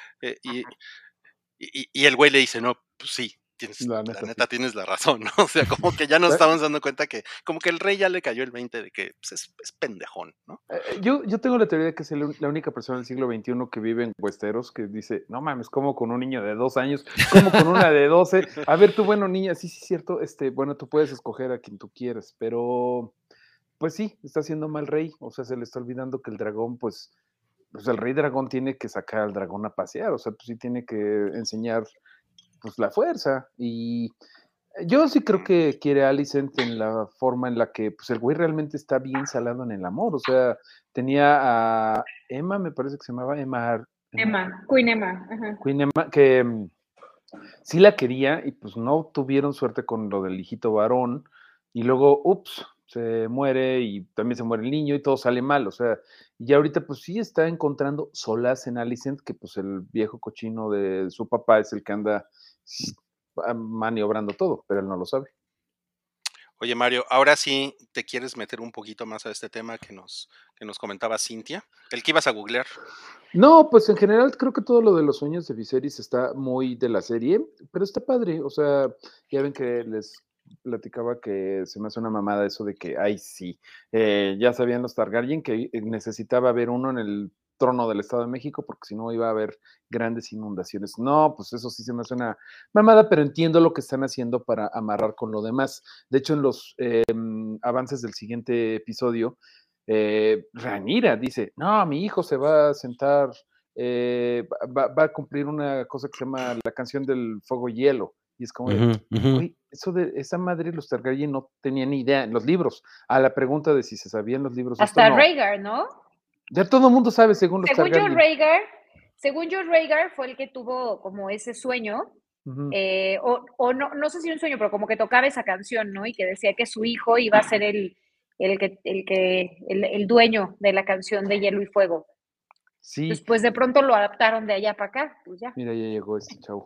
Y el güey le dice, no, pues sí, la neta tienes la razón, ¿no? O sea, como que ya nos estamos dando cuenta que como que el rey ya le cayó el 20 de que pues, es pendejón, ¿no? Yo tengo la teoría de que es la única persona del siglo XXI que vive en Westeros que dice, no mames, como con un niño de 2 años, como con una de 12. A ver, tú, bueno, niña, sí, cierto, bueno, tú puedes escoger a quien tú quieras, pero pues sí, está siendo mal rey, o sea, se le está olvidando que el dragón, pues el rey dragón tiene que sacar al dragón a pasear, o sea, pues sí tiene que enseñar, pues, la fuerza, y yo sí creo que quiere a Alicent en la forma en la que, pues, el güey realmente está bien salado en el amor, o sea, tenía a Emma, me parece que se llamaba Queen Emma, ajá. Queen Emma, que sí la quería y pues no tuvieron suerte con lo del hijito varón y luego, ups, se muere y también se muere el niño y todo sale mal, o sea, y ahorita pues sí está encontrando solaz en Alicent, que pues el viejo cochino de su papá es el que anda maniobrando todo, pero él no lo sabe. Oye, Mario, ahora sí te quieres meter un poquito más a este tema que nos comentaba Cintia, el que ibas a googlear. No, pues en general creo que todo lo de los sueños de Viserys está muy de la serie, pero está padre, o sea, ya ven que les platicaba que se me hace una mamada eso de que, ay, sí, ya sabían los Targaryen que necesitaba haber uno en el trono del Estado de México porque si no iba a haber grandes inundaciones. No, pues eso sí se me hace una mamada, pero entiendo lo que están haciendo para amarrar con lo demás. De hecho, en los avances del siguiente episodio, Rhaenyra dice, no, mi hijo se va a sentar, va a cumplir una cosa que se llama la canción del fuego y hielo. Y es como de, güey, eso de esa madre los Targaryen no tenían ni idea en los libros. A la pregunta de si se sabía en los libros. Hasta no. Rhaegar, ¿no? Ya todo el mundo sabe, según los Targaryen. Según yo, Rhaegar fue el que tuvo como ese sueño, o no sé si un sueño, pero como que tocaba esa canción, ¿no? Y que decía que su hijo iba a ser el dueño de la canción de Hielo y Fuego. Sí. Después de pronto lo adaptaron de allá para acá, pues ya. Mira, ya llegó este chavo.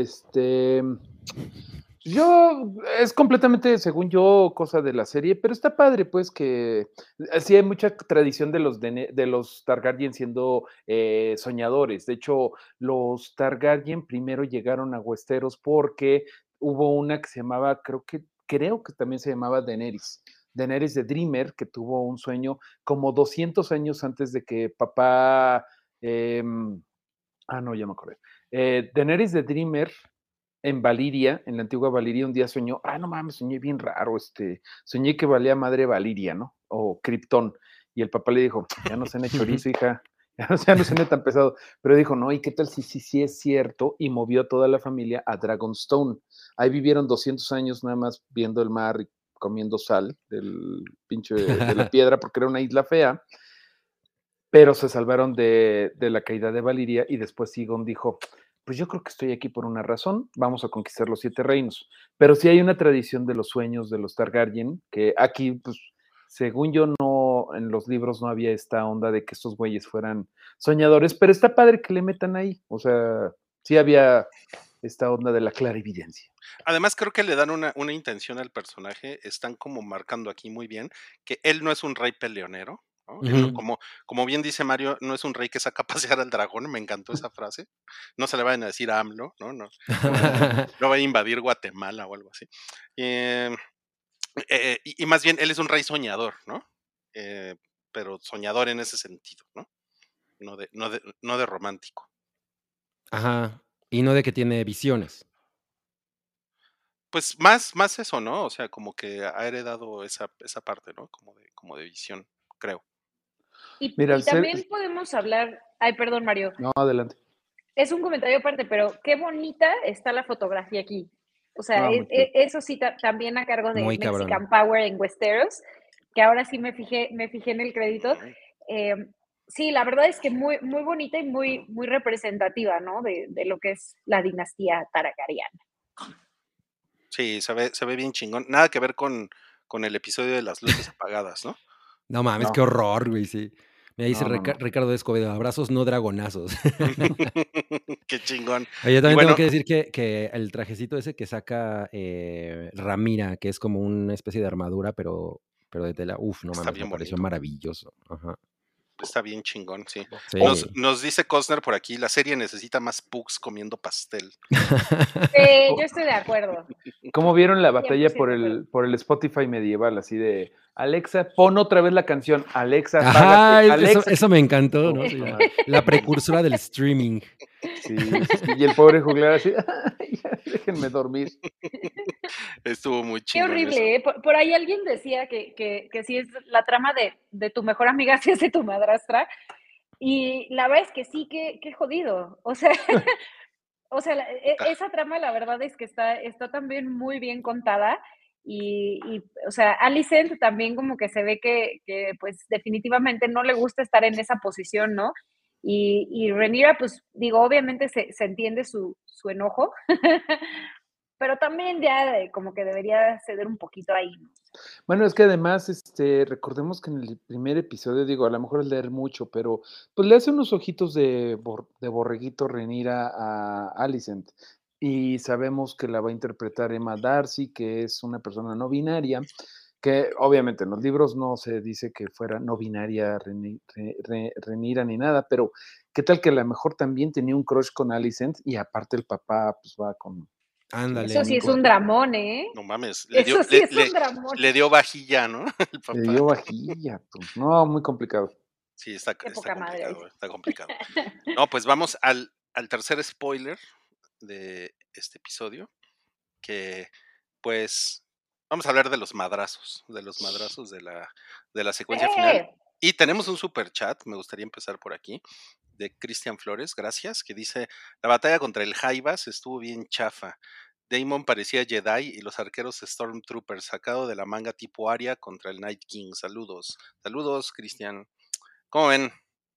Yo, es completamente, según yo, cosa de la serie, pero está padre, pues, que sí hay mucha tradición de los Targaryen siendo soñadores. De hecho, los Targaryen primero llegaron a Westeros porque hubo una que se llamaba, creo que también se llamaba Daenerys the Dreamer, que tuvo un sueño como 200 años antes de que papá... no, ya me acordé. Daenerys the Dreamer en Valiria, en la antigua Valiria, un día soñó, no mames, soñé bien raro, soñé que valía madre Valiria, ¿no? O Krypton. Y el papá le dijo, ya no cene chorizo, hija, ya no cene tan pesado. Pero dijo, no, ¿y qué tal si sí es cierto? Y movió a toda la familia a Dragonstone. Ahí vivieron 200 años nada más viendo el mar y comiendo sal del pinche de la piedra, porque era una isla fea. Pero se salvaron de la caída de Valiria y después Egon dijo, pues yo creo que estoy aquí por una razón, vamos a conquistar los 7 reinos. Pero sí hay una tradición de los sueños de los Targaryen, que aquí, pues, según yo, no, en los libros no había esta onda de que estos güeyes fueran soñadores, pero está padre que le metan ahí, o sea, sí había esta onda de la clarividencia. Además, creo que le dan una intención al personaje, están como marcando aquí muy bien que él no es un rey peleonero, ¿no? Él no, como bien dice Mario, no es un rey que saca a pasear al dragón, me encantó esa frase. No se le vayan a decir a AMLO, ¿no? No va a invadir Guatemala o algo así. Y más bien, él es un rey soñador, ¿no? Pero soñador en ese sentido, ¿no? No de romántico. Ajá. Y no de que tiene visiones. Pues más eso, ¿no? O sea, como que ha heredado esa parte, ¿no? Como de visión, creo. Y también podemos hablar... Ay, perdón, Mario. No, adelante. Es un comentario aparte, pero qué bonita está la fotografía aquí. O sea, eso sí también a cargo de Mexican Power en Westeros, que ahora sí me fijé en el crédito. Sí, la verdad es que muy, muy bonita y muy, muy representativa, ¿no? De lo que es la dinastía targaryen. Sí, se ve bien chingón. Nada que ver con el episodio de las luces apagadas, ¿no? No mames, qué horror, güey, sí. Me dice Ricardo Escobedo, abrazos no dragonazos. Qué chingón. Yo también tengo que decir que el trajecito ese que saca Rhaenyra, que es como una especie de armadura, pero de tela, no mames, me pareció maravilloso. Ajá. Está bien chingón, sí. Nos dice Costner por aquí, la serie necesita más pugs comiendo pastel. Yo estoy de acuerdo. ¿Cómo vieron la batalla por el Spotify medieval? Así de, Alexa, pon otra vez la canción. Alexa, págate. Alexa. Eso me encantó, ¿no? Sí, la precursora del streaming. Sí, y el pobre juglar así, déjenme dormir. Estuvo muy Qué chingón eso. horrible, ¿eh? Por ahí alguien decía que sí es la trama de tu mejor amiga, si es de tu madrastra. Y la verdad es que sí, qué jodido. O sea, Ah, esa trama la verdad es que está también muy bien contada. O sea, Alicent también como que se ve que pues definitivamente no le gusta estar en esa posición, ¿no? Y Rhaenyra, pues digo, obviamente se entiende su enojo, pero también ya como que debería ceder un poquito ahí, ¿no? Bueno, es que además, recordemos que en el primer episodio, digo, a lo mejor es leer mucho, pero pues le hace unos ojitos de borreguito Rhaenyra a Alicent. Y sabemos que la va a interpretar Emma Darcy, que es una persona no binaria, que obviamente en los libros no se dice que fuera no binaria Rhaenyra ni nada, pero qué tal que a lo mejor también tenía un crush con Alicent y aparte el papá pues va Ándale. Eso sí es conmigo. un dramón, ¿eh? no mames, Eso sí es un dramón. le dio vajilla, ¿no? El Le papá. dio vajilla, tú. No, muy complicado. Sí, está Qué poca madre. complicado, está complicado. No, pues vamos al tercer spoiler de este episodio, que pues vamos a hablar de los madrazos de la secuencia final. ¡Eh! Y tenemos un super chat, me gustaría empezar por aquí, de Cristian Flores, gracias, que dice, la batalla contra el Jaivas estuvo bien chafa. Daemon parecía Jedi y los arqueros Stormtroopers sacado de la manga tipo Arya contra el Night King. Saludos. Saludos, Cristian. ¿Cómo ven?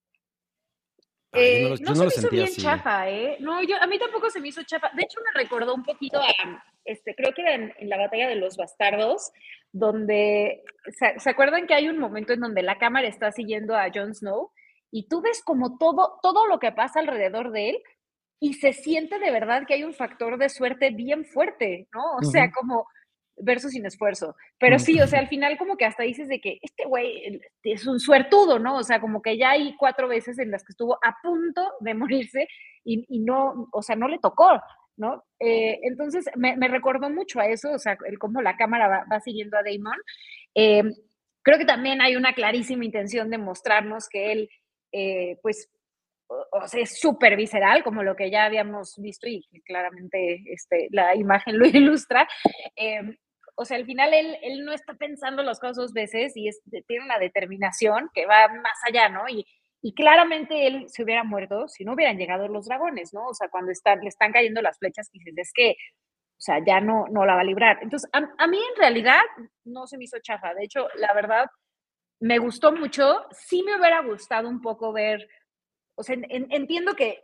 Yo No no se lo me hizo sentí bien así. chafa, ¿eh? No, a mí tampoco se me hizo chafa. De hecho, me recordó un poquito a, creo que era en la batalla de los bastardos, donde, ¿se acuerdan que hay un momento en donde la cámara está siguiendo a Jon Snow y tú ves como todo lo que pasa alrededor de él y se siente de verdad que hay un factor de suerte bien fuerte, ¿no? O sea, Ujú, como verso sin esfuerzo. Pero ujú. sí, o sea, al final como que hasta dices de que este güey es un suertudo, ¿no? O sea, como que ya hay 4 veces en las que estuvo a punto de morirse y no, o sea, no le tocó, ¿no? Entonces me recordó mucho a eso, o sea, el cómo la cámara va siguiendo a Damon. Eh, Creo que también hay una clarísima intención de mostrarnos que él, pues, o sea, es súper visceral, como lo que ya habíamos visto y claramente la imagen lo ilustra. Eh, o sea, al final él no está pensando las cosas 2 veces y tiene una determinación que va más allá, ¿no? Y claramente él se hubiera muerto si no hubieran llegado los dragones, ¿no? O sea, cuando le están cayendo las flechas, dices, es que, o sea, ya no la va a librar. Entonces, a mí en realidad no se me hizo chafa. De hecho, la verdad, me gustó mucho. Sí me hubiera gustado un poco ver, o sea, entiendo que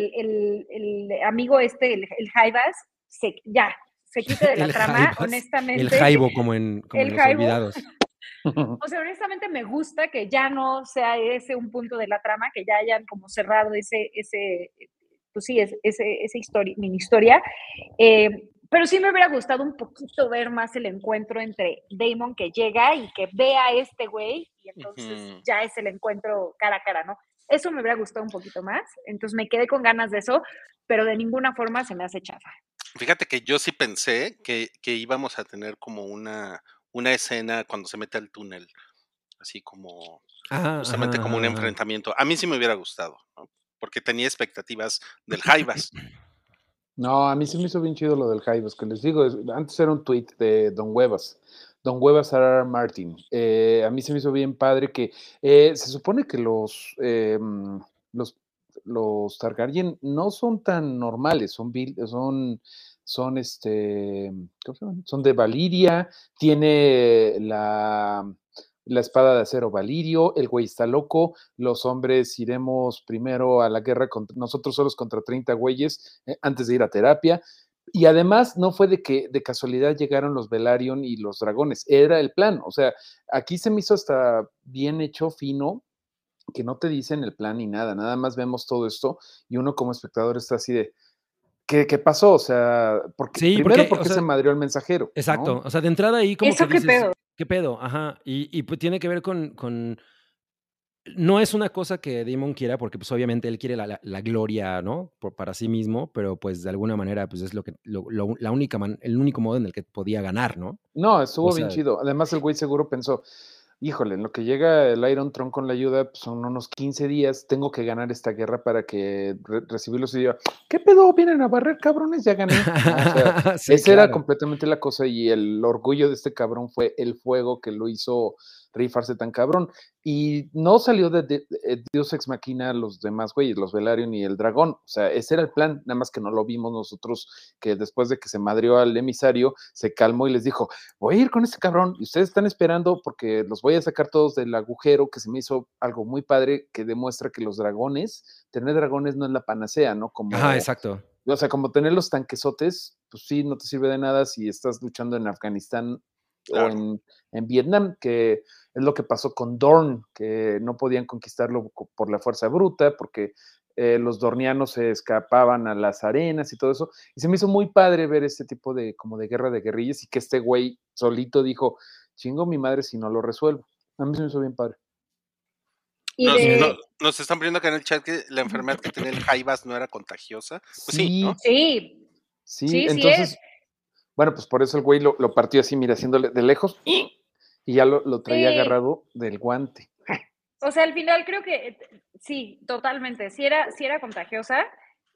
el amigo el Jaivas, ya, se quite de la El trama, Jaivas, el honestamente. Jaibo como en El Los Jaibo, Olvidados. o sea, honestamente me gusta que ya no sea ese un punto de la trama, que ya hayan como cerrado pues sí, esa historia, mini historia. Pero sí me hubiera gustado un poquito ver más el encuentro entre Damon que llega y que ve a este güey y entonces Ujú. ya es el encuentro cara a cara, ¿no? Eso me hubiera gustado un poquito más, entonces me quedé con ganas de eso, pero de ninguna forma se me hace chafa. Fíjate que yo sí pensé que íbamos a tener como una escena cuando se mete al túnel, así como Ah, justamente ajá, como un ajá, ajá. enfrentamiento. A mí sí me hubiera gustado, ¿no? Porque tenía expectativas del Jaivas. No, a mí se me hizo bien chido lo del Jaivas, que les digo, antes era un tweet de Don Huevas R.R. Martin. A mí se me hizo bien padre que se supone que los, los Targaryen no son tan normales, ¿cómo se llaman? Son de Valiria, tiene la espada de acero Valirio, el güey está loco, los hombres iremos primero a la guerra contra nosotros solos contra 30 güeyes antes de ir a terapia. Y además no fue de que de casualidad llegaron los Velaryon y los dragones, era el plan. O sea, aquí se me hizo hasta bien hecho, fino, que no te dicen el plan ni nada, nada más vemos todo esto y uno como espectador está así de, ¿qué pasó? O sea, Sí, primero, porque, ¿por o qué se sea, madrió el mensajero? exacto. ¿No? O sea, de entrada ahí como que ¿Eso qué dices, pedo? ¿qué pedo? Ajá. Y pues tiene que ver con. No es una cosa que Damon quiera, porque pues obviamente él quiere la gloria, ¿no? Para sí mismo, pero pues de alguna manera pues es la única el único modo en el que podía ganar, ¿no? No, O estuvo bien sea, chido. Además, el güey seguro pensó, híjole, en lo que llega el Iron Tron con la ayuda, pues son unos 15 días, tengo que ganar esta guerra para que recibirlos y diga, ¿qué pedo? ¿Vienen a barrer, cabrones? Ya gané. ¿No? O sea, Sí, esa era claro. completamente la cosa y el orgullo de este cabrón fue el fuego que lo hizo rifarse tan cabrón. Y no salió de Deus Ex Machina los demás güeyes, los Velaryon y el dragón. O sea, ese era el plan, nada más que no lo vimos nosotros, que después de que se madrió al emisario, se calmó y les dijo, voy a ir con este cabrón y ustedes están esperando porque los voy a sacar todos del agujero, que se me hizo algo muy padre que demuestra que los dragones, tener dragones no es la panacea, ¿no? Ajá, exacto. O sea, como tener los tanquesotes, pues sí, no te sirve de nada si estás luchando en Afganistán o Claro. en Vietnam, que es lo que pasó con Dorn, que no podían conquistarlo por la fuerza bruta, porque los dornianos se escapaban a las arenas y todo eso. Y se me hizo muy padre ver este tipo de, como de guerra de guerrillas y que este güey solito dijo, chingo mi madre si no lo resuelvo. A mí se me hizo bien padre. Y Nos, de... no- nos están poniendo acá en el chat que la enfermedad que tenía el Jaivas no era contagiosa. Pues sí, ¿no? Sí, Sí, sí, sí entonces, es. bueno, pues por eso el güey lo partió así, mira, haciéndole de lejos y ya lo traía Sí. agarrado del guante. O sea, al final creo que sí, totalmente. Sí era contagiosa,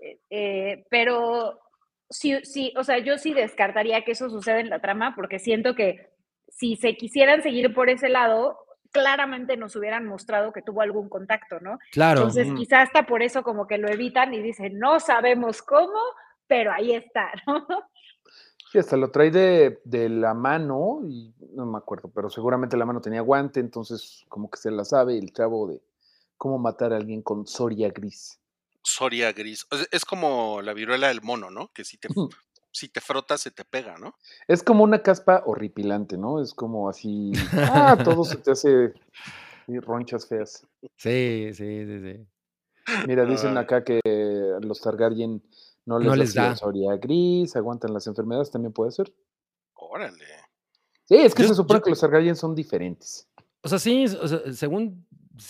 pero sí, o sea, yo sí descartaría que eso suceda en la trama, porque siento que si se quisieran seguir por ese lado, claramente nos hubieran mostrado que tuvo algún contacto, ¿no? Claro. Entonces, quizá hasta por eso como que lo evitan y dicen, no sabemos cómo, pero ahí está, ¿no? Sí, hasta lo trae de la mano, y no me acuerdo, pero seguramente la mano tenía guante, entonces como que se la sabe el chavo de cómo matar a alguien con Soria Gris. Soria gris. O sea, es como la viruela del mono, ¿no? Que si te frotas se te pega, ¿no? Es como una caspa horripilante, ¿no? Es como así, todo se te hace ronchas feas. Sí, sí, sí, sí. Mira, dicen Ay, acá que los Targaryen no les No da les da. Soria Gris, aguantan las enfermedades, también puede ser. órale. Sí, es que Yo, se yo, supone que los Targaryen son diferentes. o sea, sí, o sea, según,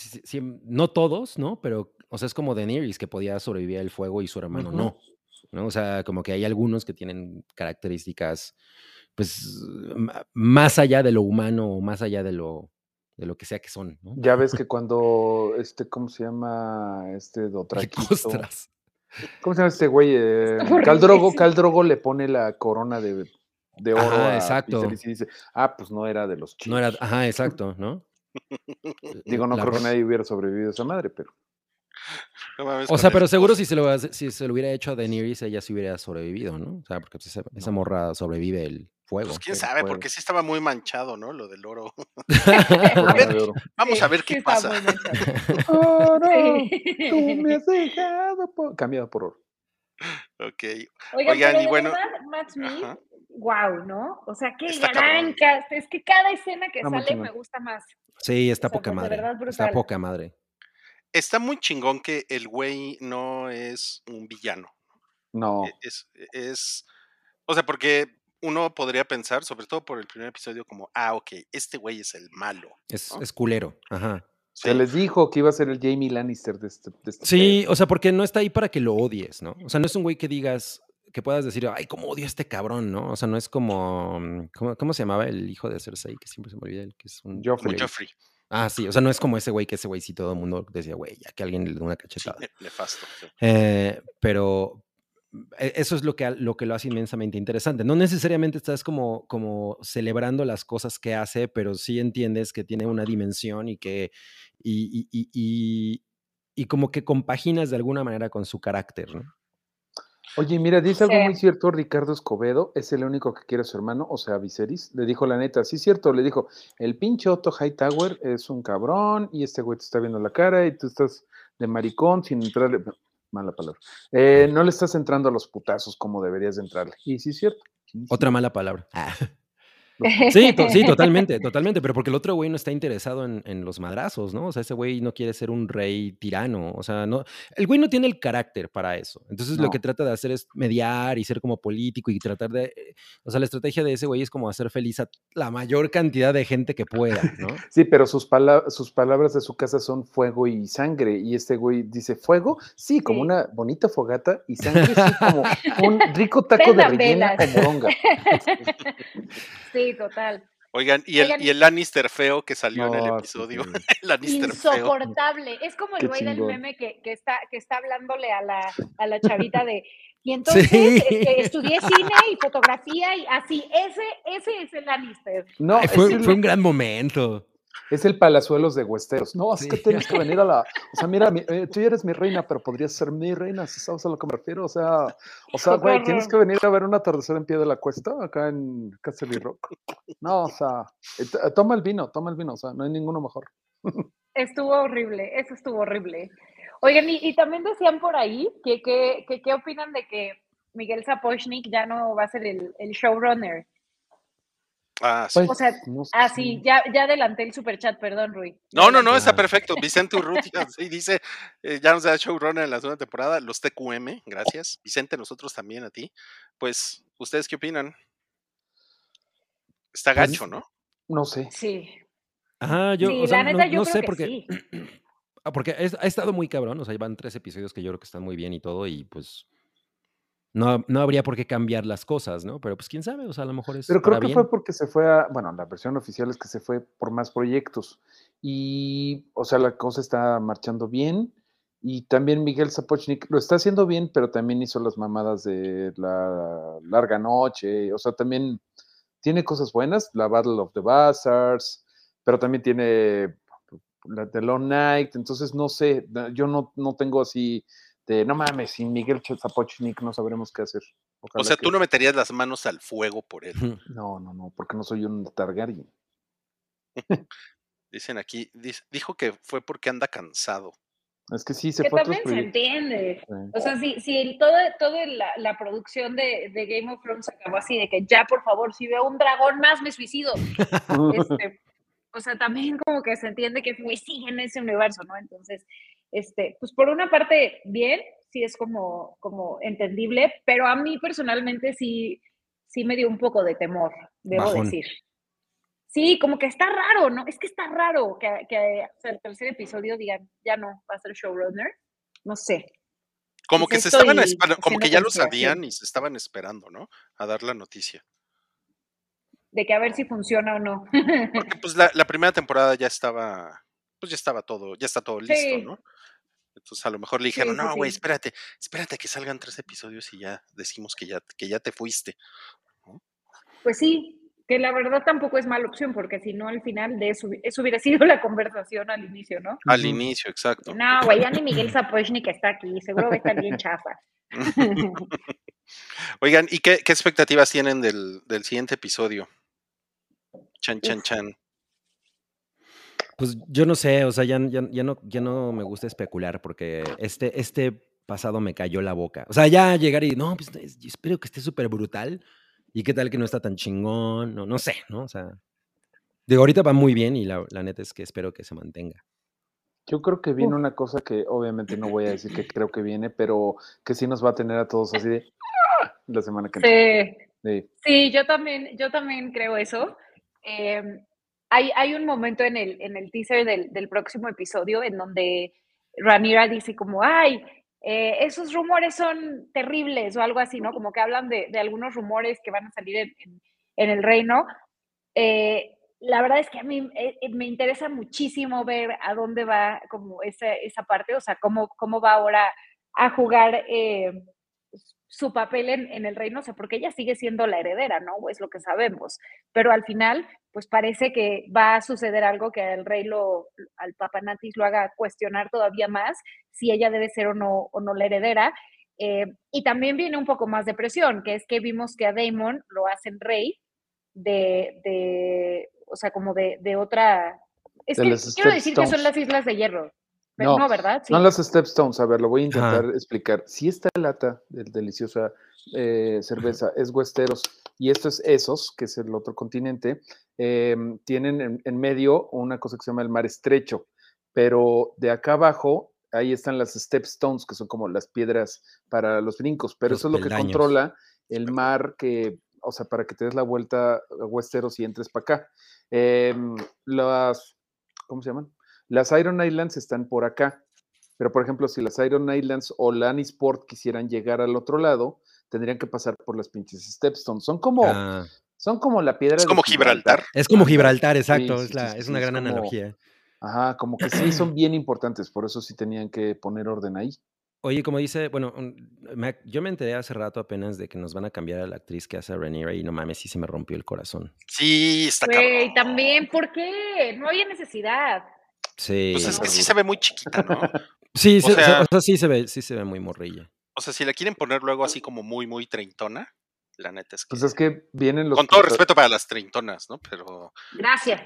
no todos, ¿no? Pero, o sea, es como Daenerys, que podía sobrevivir al fuego y su hermano Ujú. no, O sea, como que hay algunos que tienen características, pues, más allá de lo humano o más allá de lo que sea que son, ¿no? Ya ves que cuando ¿cómo se llama? Qué Dotraquito. costras. ¿Cómo se llama este güey? Estuvo Khal horrible. Drogo le pone la corona de oro Ajá, a exacto. Viserys y dice, pues no era de los No era, chidos. ajá, exacto, ¿no? Digo, no La creo que ro- nadie hubiera sobrevivido a esa madre, pero No mames O con sea, el pero seguro post. si se lo hubiera hecho a Daenerys, ella sí hubiera sobrevivido, ¿no? O sea, porque pues, esa no. morra sobrevive el fuego. Pues quién El sabe, fuego. porque sí estaba muy manchado, ¿no? Lo del oro. Corona de oro. Vamos a Sí, ver sí qué estaba pasa. muy manchado. Oro, tú me has Sí. dejado cambiado por oro. Ok. Oigan, Oigan, pero y de bueno, verdad, Matt Smith, ajá, wow, ¿no? O sea, qué está gran cabrón. cast. Es que cada escena que Está muy sale me chingón. gusta más. Sí, O está sea, poca de madre. verdad Está brutal. poca madre. Está muy chingón que el güey no es un villano. No, Es, o sea, porque uno podría pensar, sobre todo por el primer episodio, como, ok, este güey es el malo, ¿no? Es culero. Ajá. se Sí, les dijo que iba a ser el Jamie Lannister de este pedo. Sí, o sea, porque no está ahí para que lo odies, ¿no? O sea, no es un güey que digas, que puedas decir, ay, cómo odio a este cabrón, ¿no? O sea, no es como, ¿cómo se llamaba el hijo de Cersei? Que siempre se me olvida, el que es un como Joffrey. culero. Joffrey. Ah, sí, o sea, no es como ese güey sí todo el mundo decía, güey, ya que alguien le dé una Sí, cachetada. nefasto. Sí. Pero eso es lo que lo hace inmensamente interesante. No necesariamente estás como celebrando las cosas que hace, pero sí entiendes que tiene una dimensión y como que compaginas de alguna manera con su carácter, ¿no? Oye, mira, dice algo muy Sí. cierto Ricardo Escobedo, es el único que quiere a su hermano, o sea, Viserys, le dijo la neta, sí cierto, le dijo, el pinche Otto Hightower es un cabrón y este güey te está viendo la cara y tú estás de maricón sin entrarle, mala palabra, no le estás entrando a los putazos como deberías de entrarle. Y sí es cierto. Sí, Otra sí, mala palabra. los putazos. Sí, totalmente, pero porque el otro güey no está interesado en los madrazos, ¿no? O sea, ese güey no quiere ser un rey tirano, o sea, no, el güey no tiene el carácter para eso. Entonces lo que No. trata de hacer es mediar y ser como político y tratar de, o sea, la estrategia de ese güey es como hacer feliz a la mayor cantidad de gente que pueda, ¿no? Sí, pero sus palabras de su casa son fuego y sangre. Y este güey dice, ¿fuego? Sí, como Sí. una bonita fogata. Y sangre, sí, como un rico taco de Prendan rellena velas. o moronga. Sí, total. Oigan, y Oigan, el Lannister feo que salió en el No, sí, episodio. sí. El Lannister feo. insoportable. Es como el Qué güey del chingón. meme que está hablándole a la chavita de. Y entonces Sí. estudié cine y fotografía y así. Ese es el Lannister. No, Ay, es fue el, un gran momento. es el Palazuelos de Westeros. No, es Sí. que tienes que venir a la. O sea, mira, tú ya eres mi reina, pero podrías ser mi reina, si sabes a lo que me refiero. O sea, Hijo, qué güey, tienes que horror. venir a ver un atardecer en pie de la cuesta acá en Castle Rock. No, o sea, toma el vino, o sea, no hay ninguno mejor. Estuvo horrible, eso estuvo horrible. Oigan, y también decían por ahí que qué opinan de que Miguel Sapochnik ya no va a ser el showrunner. Ah, sí. O sea, Pues, no así, sé. ya adelanté el superchat, perdón, Rui. Ya No, adelanté. está Ah. perfecto. Vicente Urrutia sí dice, ya nos da showrunner en la segunda temporada, los TQM, gracias. Vicente, nosotros también a ti. Pues, ¿ustedes qué opinan? Está Pues, gacho, ¿no? no sé. Sí, Ajá, yo, sí, o sea, la neta yo no creo sé que porque, sí. porque ha estado muy cabrón, o sea, van 3 episodios que yo creo que están muy bien y todo, y pues no habría por qué cambiar las cosas, ¿no? Pero pues quién sabe, o sea, a lo mejor es Pero para creo que fue bien. porque se fue bueno, la versión oficial es que se fue por más proyectos. Y, o sea, la cosa está marchando bien. Y también Miguel Sapochnik lo está haciendo bien, pero también hizo las mamadas de la larga noche. O sea, también tiene cosas buenas, la Battle of the Bastards, pero también tiene la The Long Night. Entonces, no sé, yo no tengo así de, no mames, sin Miguel Sapochnik no sabremos qué hacer. O Ojalá sea, tú que. no meterías las manos al fuego por él. No, porque no soy un Targaryen. Dicen aquí, dijo que fue porque anda cansado. Es que sí, se Que fue a otros también se proyectos. entiende. Sí. O sea, si toda la producción de Game of Thrones acabó así, de que ya, por favor, si veo un dragón más, me suicido. O sea, también como que se entiende que güey, sigue en ese universo, ¿no? Entonces, pues por una parte, bien, sí es como entendible, pero a mí personalmente sí me dio un poco de temor, debo Bajón. decir. Sí, como que está raro, ¿no? Es que está raro que o sea, el tercer episodio digan, ya no, va a ser showrunner. No sé. Como Quizá que se estaban estoy como que haciendo ya lo sabían conspiración y se estaban esperando, ¿no? A dar la noticia. de que a ver si funciona o no. Porque pues la primera temporada ya estaba, pues ya está todo listo, Sí, ¿no? Entonces a lo mejor le dijeron, sí, sí, no, güey, sí. espérate a que salgan 3 episodios y ya decimos que ya te fuiste. ¿No? Pues sí, que la verdad tampoco es mala opción, porque si no, al final de eso hubiera sido la conversación al inicio, ¿no? Al inicio, exacto. No, güey, ya ni Miguel Sapochnik está aquí, seguro va a estar bien chafa. Oigan, ¿y qué expectativas tienen del siguiente episodio? Chan, chan, Uf, chan. Pues yo no sé, o sea, ya no me gusta especular porque este pasado me cayó la boca. O sea, ya llegar y, no, pues yo espero que esté súper brutal. ¿Y qué tal que no está tan chingón? No sé, ¿no? O sea, digo, ahorita va muy bien y la neta es que espero que se mantenga. Yo creo que viene uf. una cosa que obviamente no voy a decir que creo que viene, pero que sí nos va a tener a todos así de la semana que entra. Sí, Sí. sí, yo también creo eso. Hay un momento en el teaser del próximo episodio en donde Rhaenyra dice como, ay, esos rumores son terribles o algo así, ¿no? Como que hablan de algunos rumores que van a salir en el reino. La verdad es que a mí me interesa muchísimo ver a dónde va como esa parte, o sea, cómo va ahora a jugar su papel en el reino, o sea, porque ella sigue siendo la heredera, ¿no? Es lo que sabemos, pero al final, pues parece que va a suceder algo que al Papanatis lo haga cuestionar todavía más si ella debe ser o no la heredera. Y también viene un poco más de presión, que es que vimos que a Daemon lo hacen rey o sea, como de otra. Es De que las quiero decir que son Stepstones. las Islas de Hierro, pero No, no, ¿verdad? son Sí. las Stepstones. A ver, lo voy a intentar Ajá. explicar. Si esta lata de deliciosa cerveza es Westeros y esto es Essos, que es el otro continente, tienen en medio una cosa que se llama el mar estrecho, pero de acá abajo, ahí están las Stepstones, que son como las piedras para los brincos, pero Los eso es lo que peldaños. controla el mar que, o sea, para que te des la vuelta a Westeros y entres para acá. ¿Cómo se llaman? Las Iron Islands están por acá, pero por ejemplo, si las Iron Islands o Lannisport quisieran llegar al otro lado, tendrían que pasar por las pinches Stepstones. Son como, Ah, Son como la piedra Es de como Gibraltar. Es como Ándale. Gibraltar, Sí, exacto. sí, Es, sí, la, sí, es sí, una es gran como, analogía. ajá, como que sí son bien importantes, por eso sí tenían que poner orden ahí. Oye, como dice, bueno, yo me enteré hace rato apenas de que nos van a cambiar a la actriz que hace a Rhaenyra y no mames, sí se me rompió el corazón. Sí, está Güey, cabrón. también, ¿por qué? No había necesidad. Pues Sí. es que sí Súper se duro. ve muy chiquita, ¿no? Sí, O sea, o sea, sí se ve muy morrilla. o sea, si la quieren poner luego así como muy, muy treintona, la neta es Pues que. es que vienen los Con todo respeto para las treintonas, ¿no? Pero Gracias.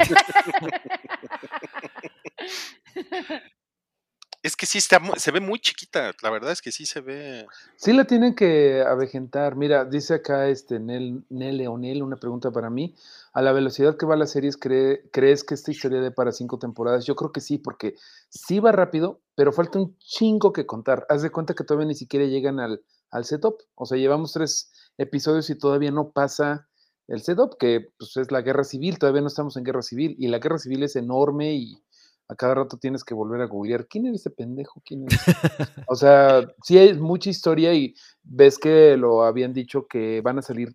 es que sí se ve muy chiquita. La verdad es que sí se ve. Sí la tienen que avejentar. Mira, dice acá Nel Leonel, una pregunta para mí. A la velocidad que va la serie, ¿crees que esta historia dé para 5 temporadas? Yo creo que sí, porque sí va rápido, pero falta un chingo que contar. Haz de cuenta que todavía ni siquiera llegan al setup. O sea, llevamos 3 episodios y todavía no pasa el setup, que pues, es la guerra civil. Todavía no estamos en guerra civil. Y la guerra civil es enorme y a cada rato tienes que volver a googlear. ¿Quién era ese pendejo? ¿Quién era ese? O sea, sí hay mucha historia y ves que lo habían dicho que van a salir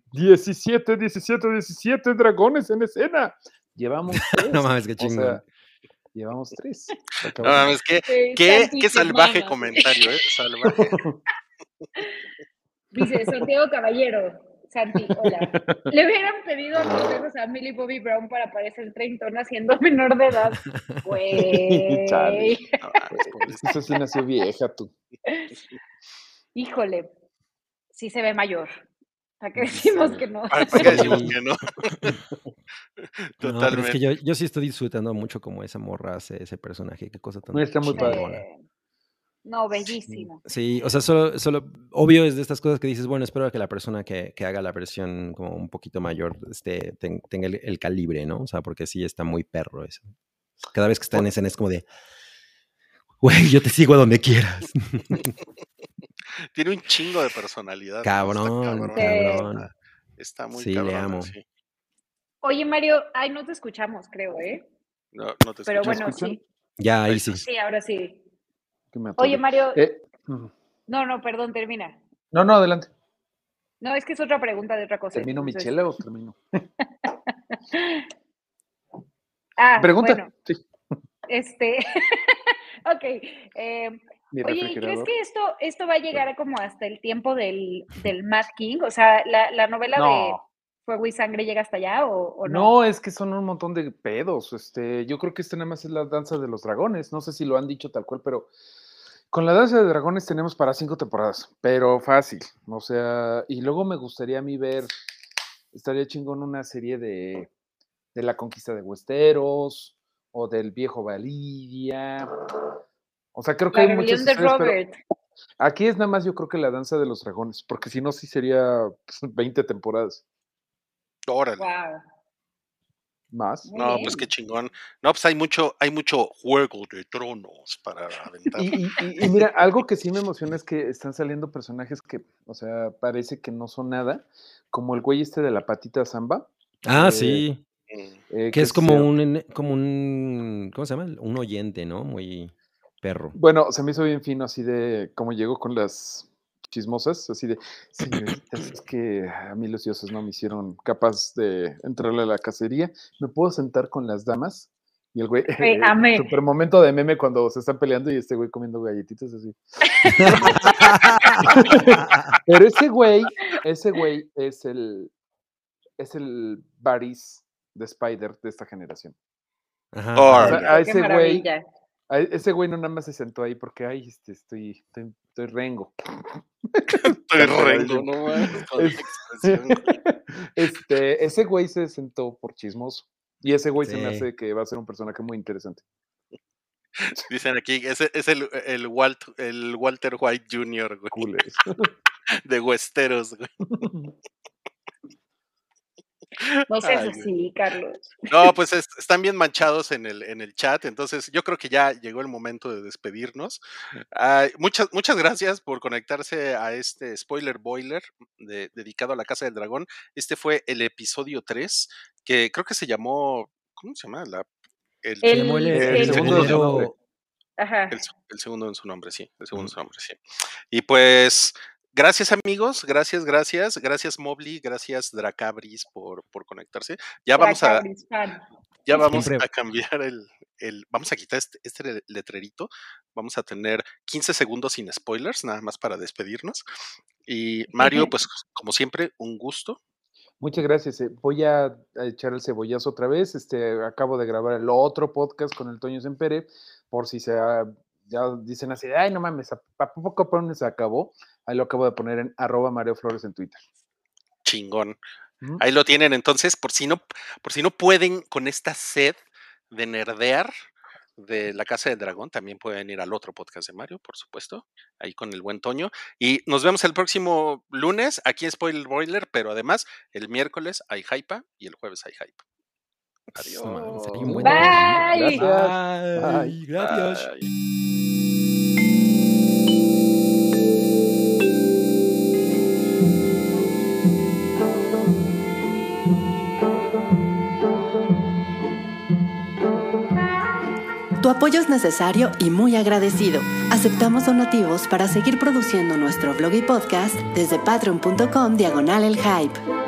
17 dragones en escena. Llevamos No 3. mames, qué O chingón. sea, llevamos 3. Está No, cabrón. mames, Santi qué sus salvaje manos. comentario, ¿eh? Salvaje. Dice Santiago Caballero. Santi, hola. Le hubieran pedido consejos a Millie Bobby Brown para parecer treintona siendo menor de edad. Chale. Güey. No, Güey, es que esa sí nació vieja, tú. Híjole, sí se ve mayor. ¿Para qué decimos que no? ¿Para qué decimos Sí. que no? No, pero es que Totalmente. yo sí estoy disfrutando mucho como esa morra hace ese personaje. Qué cosa tan Está muy padre. chingona. No, bellísimo. Sí, o sea, obvio es de estas cosas que dices, bueno, espero que la persona que haga la versión como un poquito mayor tenga el calibre, ¿no? O sea, porque sí está muy perro eso. Cada vez que está en escena es como de, güey, yo te sigo a donde quieras. Tiene un chingo de personalidad. ¿no? Está Cabrón, cabrón. cabrón. Está muy Sí, le cabrón. amo. Sí. Oye, Mario, ay, no te escuchamos, creo, ¿eh? No te Pero escucho. ¿Me bueno, escuchan? sí. Ya, Ahí ahí sí. estás. Sí, ahora sí. Que me atoré. Oye, Mario, ujú. no, perdón, termina. No, adelante. No, es que es otra pregunta de otra cosa. ¿Termino mi entonces- chela o termino? Ah, Pregunta. bueno, Sí. ok. Mi Oye, ¿y crees refrigerador. que esto va a llegar a como hasta el tiempo del Mad King? O sea, la novela de No. Fuego y Sangre llega hasta allá o no? No, es que son un montón de pedos. Yo creo que nada más es la danza de los dragones. No sé si lo han dicho tal cual, pero con la danza de dragones tenemos para 5 temporadas, pero fácil. O sea, y luego me gustaría a mí estaría chingón una serie de la conquista de Westeros o del viejo Valiria. O sea, creo que La hay muchas rebelión de historias, pero Robert. aquí es nada más yo creo que la danza de los dragones, porque si no, sí sería pues, 20 temporadas Órale. Wow. más. Muy No, bien. pues qué chingón. No, pues hay mucho Juego de Tronos para aventar. Y mira, algo que sí me emociona es que están saliendo personajes que, o sea, parece que no son nada, como el güey este de la patita samba. Ah, eh, sí. eh, Que que es como se- un, ¿cómo se llama? Un oyente, ¿no? Muy perro. Bueno, se me hizo bien fino así de cómo llegó con las chismosas, así de, señoritas, es que a mí los dioses no me hicieron capaz de entrarle a la cacería, ¿me puedo sentar con las damas? Y el güey, Amé. super momento de meme cuando se están peleando y este güey comiendo galletitas así. Pero ese güey es el Varys de Spider de esta generación. Ajá, O ajá. sea, Órale. a Qué ese güey, maravilla. ese güey no nada más se sentó ahí porque, ay, estoy rengo. Estoy rengo, no mames, con la Es- expresión. güey. Ese güey se sentó por chismoso. Y ese güey se me Sí. hace que va a ser un personaje muy interesante. Dicen aquí, es el Walter White Jr., güey, Cules. de Westeros, güey. No seas Ay, güey. así, Carlos. No, pues están bien manchados en el chat, entonces yo creo que ya llegó el momento de despedirnos. Ay, muchas gracias por conectarse a este Spoiler Boiler dedicado a la Casa del Dragón. Este fue el episodio 3, que creo que se llamó, ¿cómo se llama? Se llamó El, El el- segundo de su nombre. heredero. Ajá. El segundo en su nombre, sí. El segundo en su nombre, sí. Y pues Gracias, amigos. Gracias, Mobley. Gracias, Dracabris, por conectarse. Ya vamos a cambiar vamos a quitar este letrerito. Vamos a tener 15 segundos sin spoilers, nada más para despedirnos. Y Mario, pues como siempre, un gusto. Muchas gracias. Voy a echar el cebollazo otra vez. Acabo de grabar el otro podcast con el Toño Sempere, por si ya dicen así, ay, no mames, ¿a poco se acabó? Ahí lo acabo de poner en @MarioFlores en Twitter. Chingón. Ahí lo tienen, entonces, por si no pueden con esta sed de nerdear de La Casa del Dragón, también pueden ir al otro podcast de Mario, por supuesto, ahí con el buen Toño. Y nos vemos el próximo lunes aquí en Spoiler Boiler, pero además el miércoles hay Hypa y el jueves hay Hype. Adiós. Bye. Gracias. Tu apoyo es necesario y muy agradecido. Aceptamos donativos para seguir produciendo nuestro blog y podcast desde patreon.com/elhype.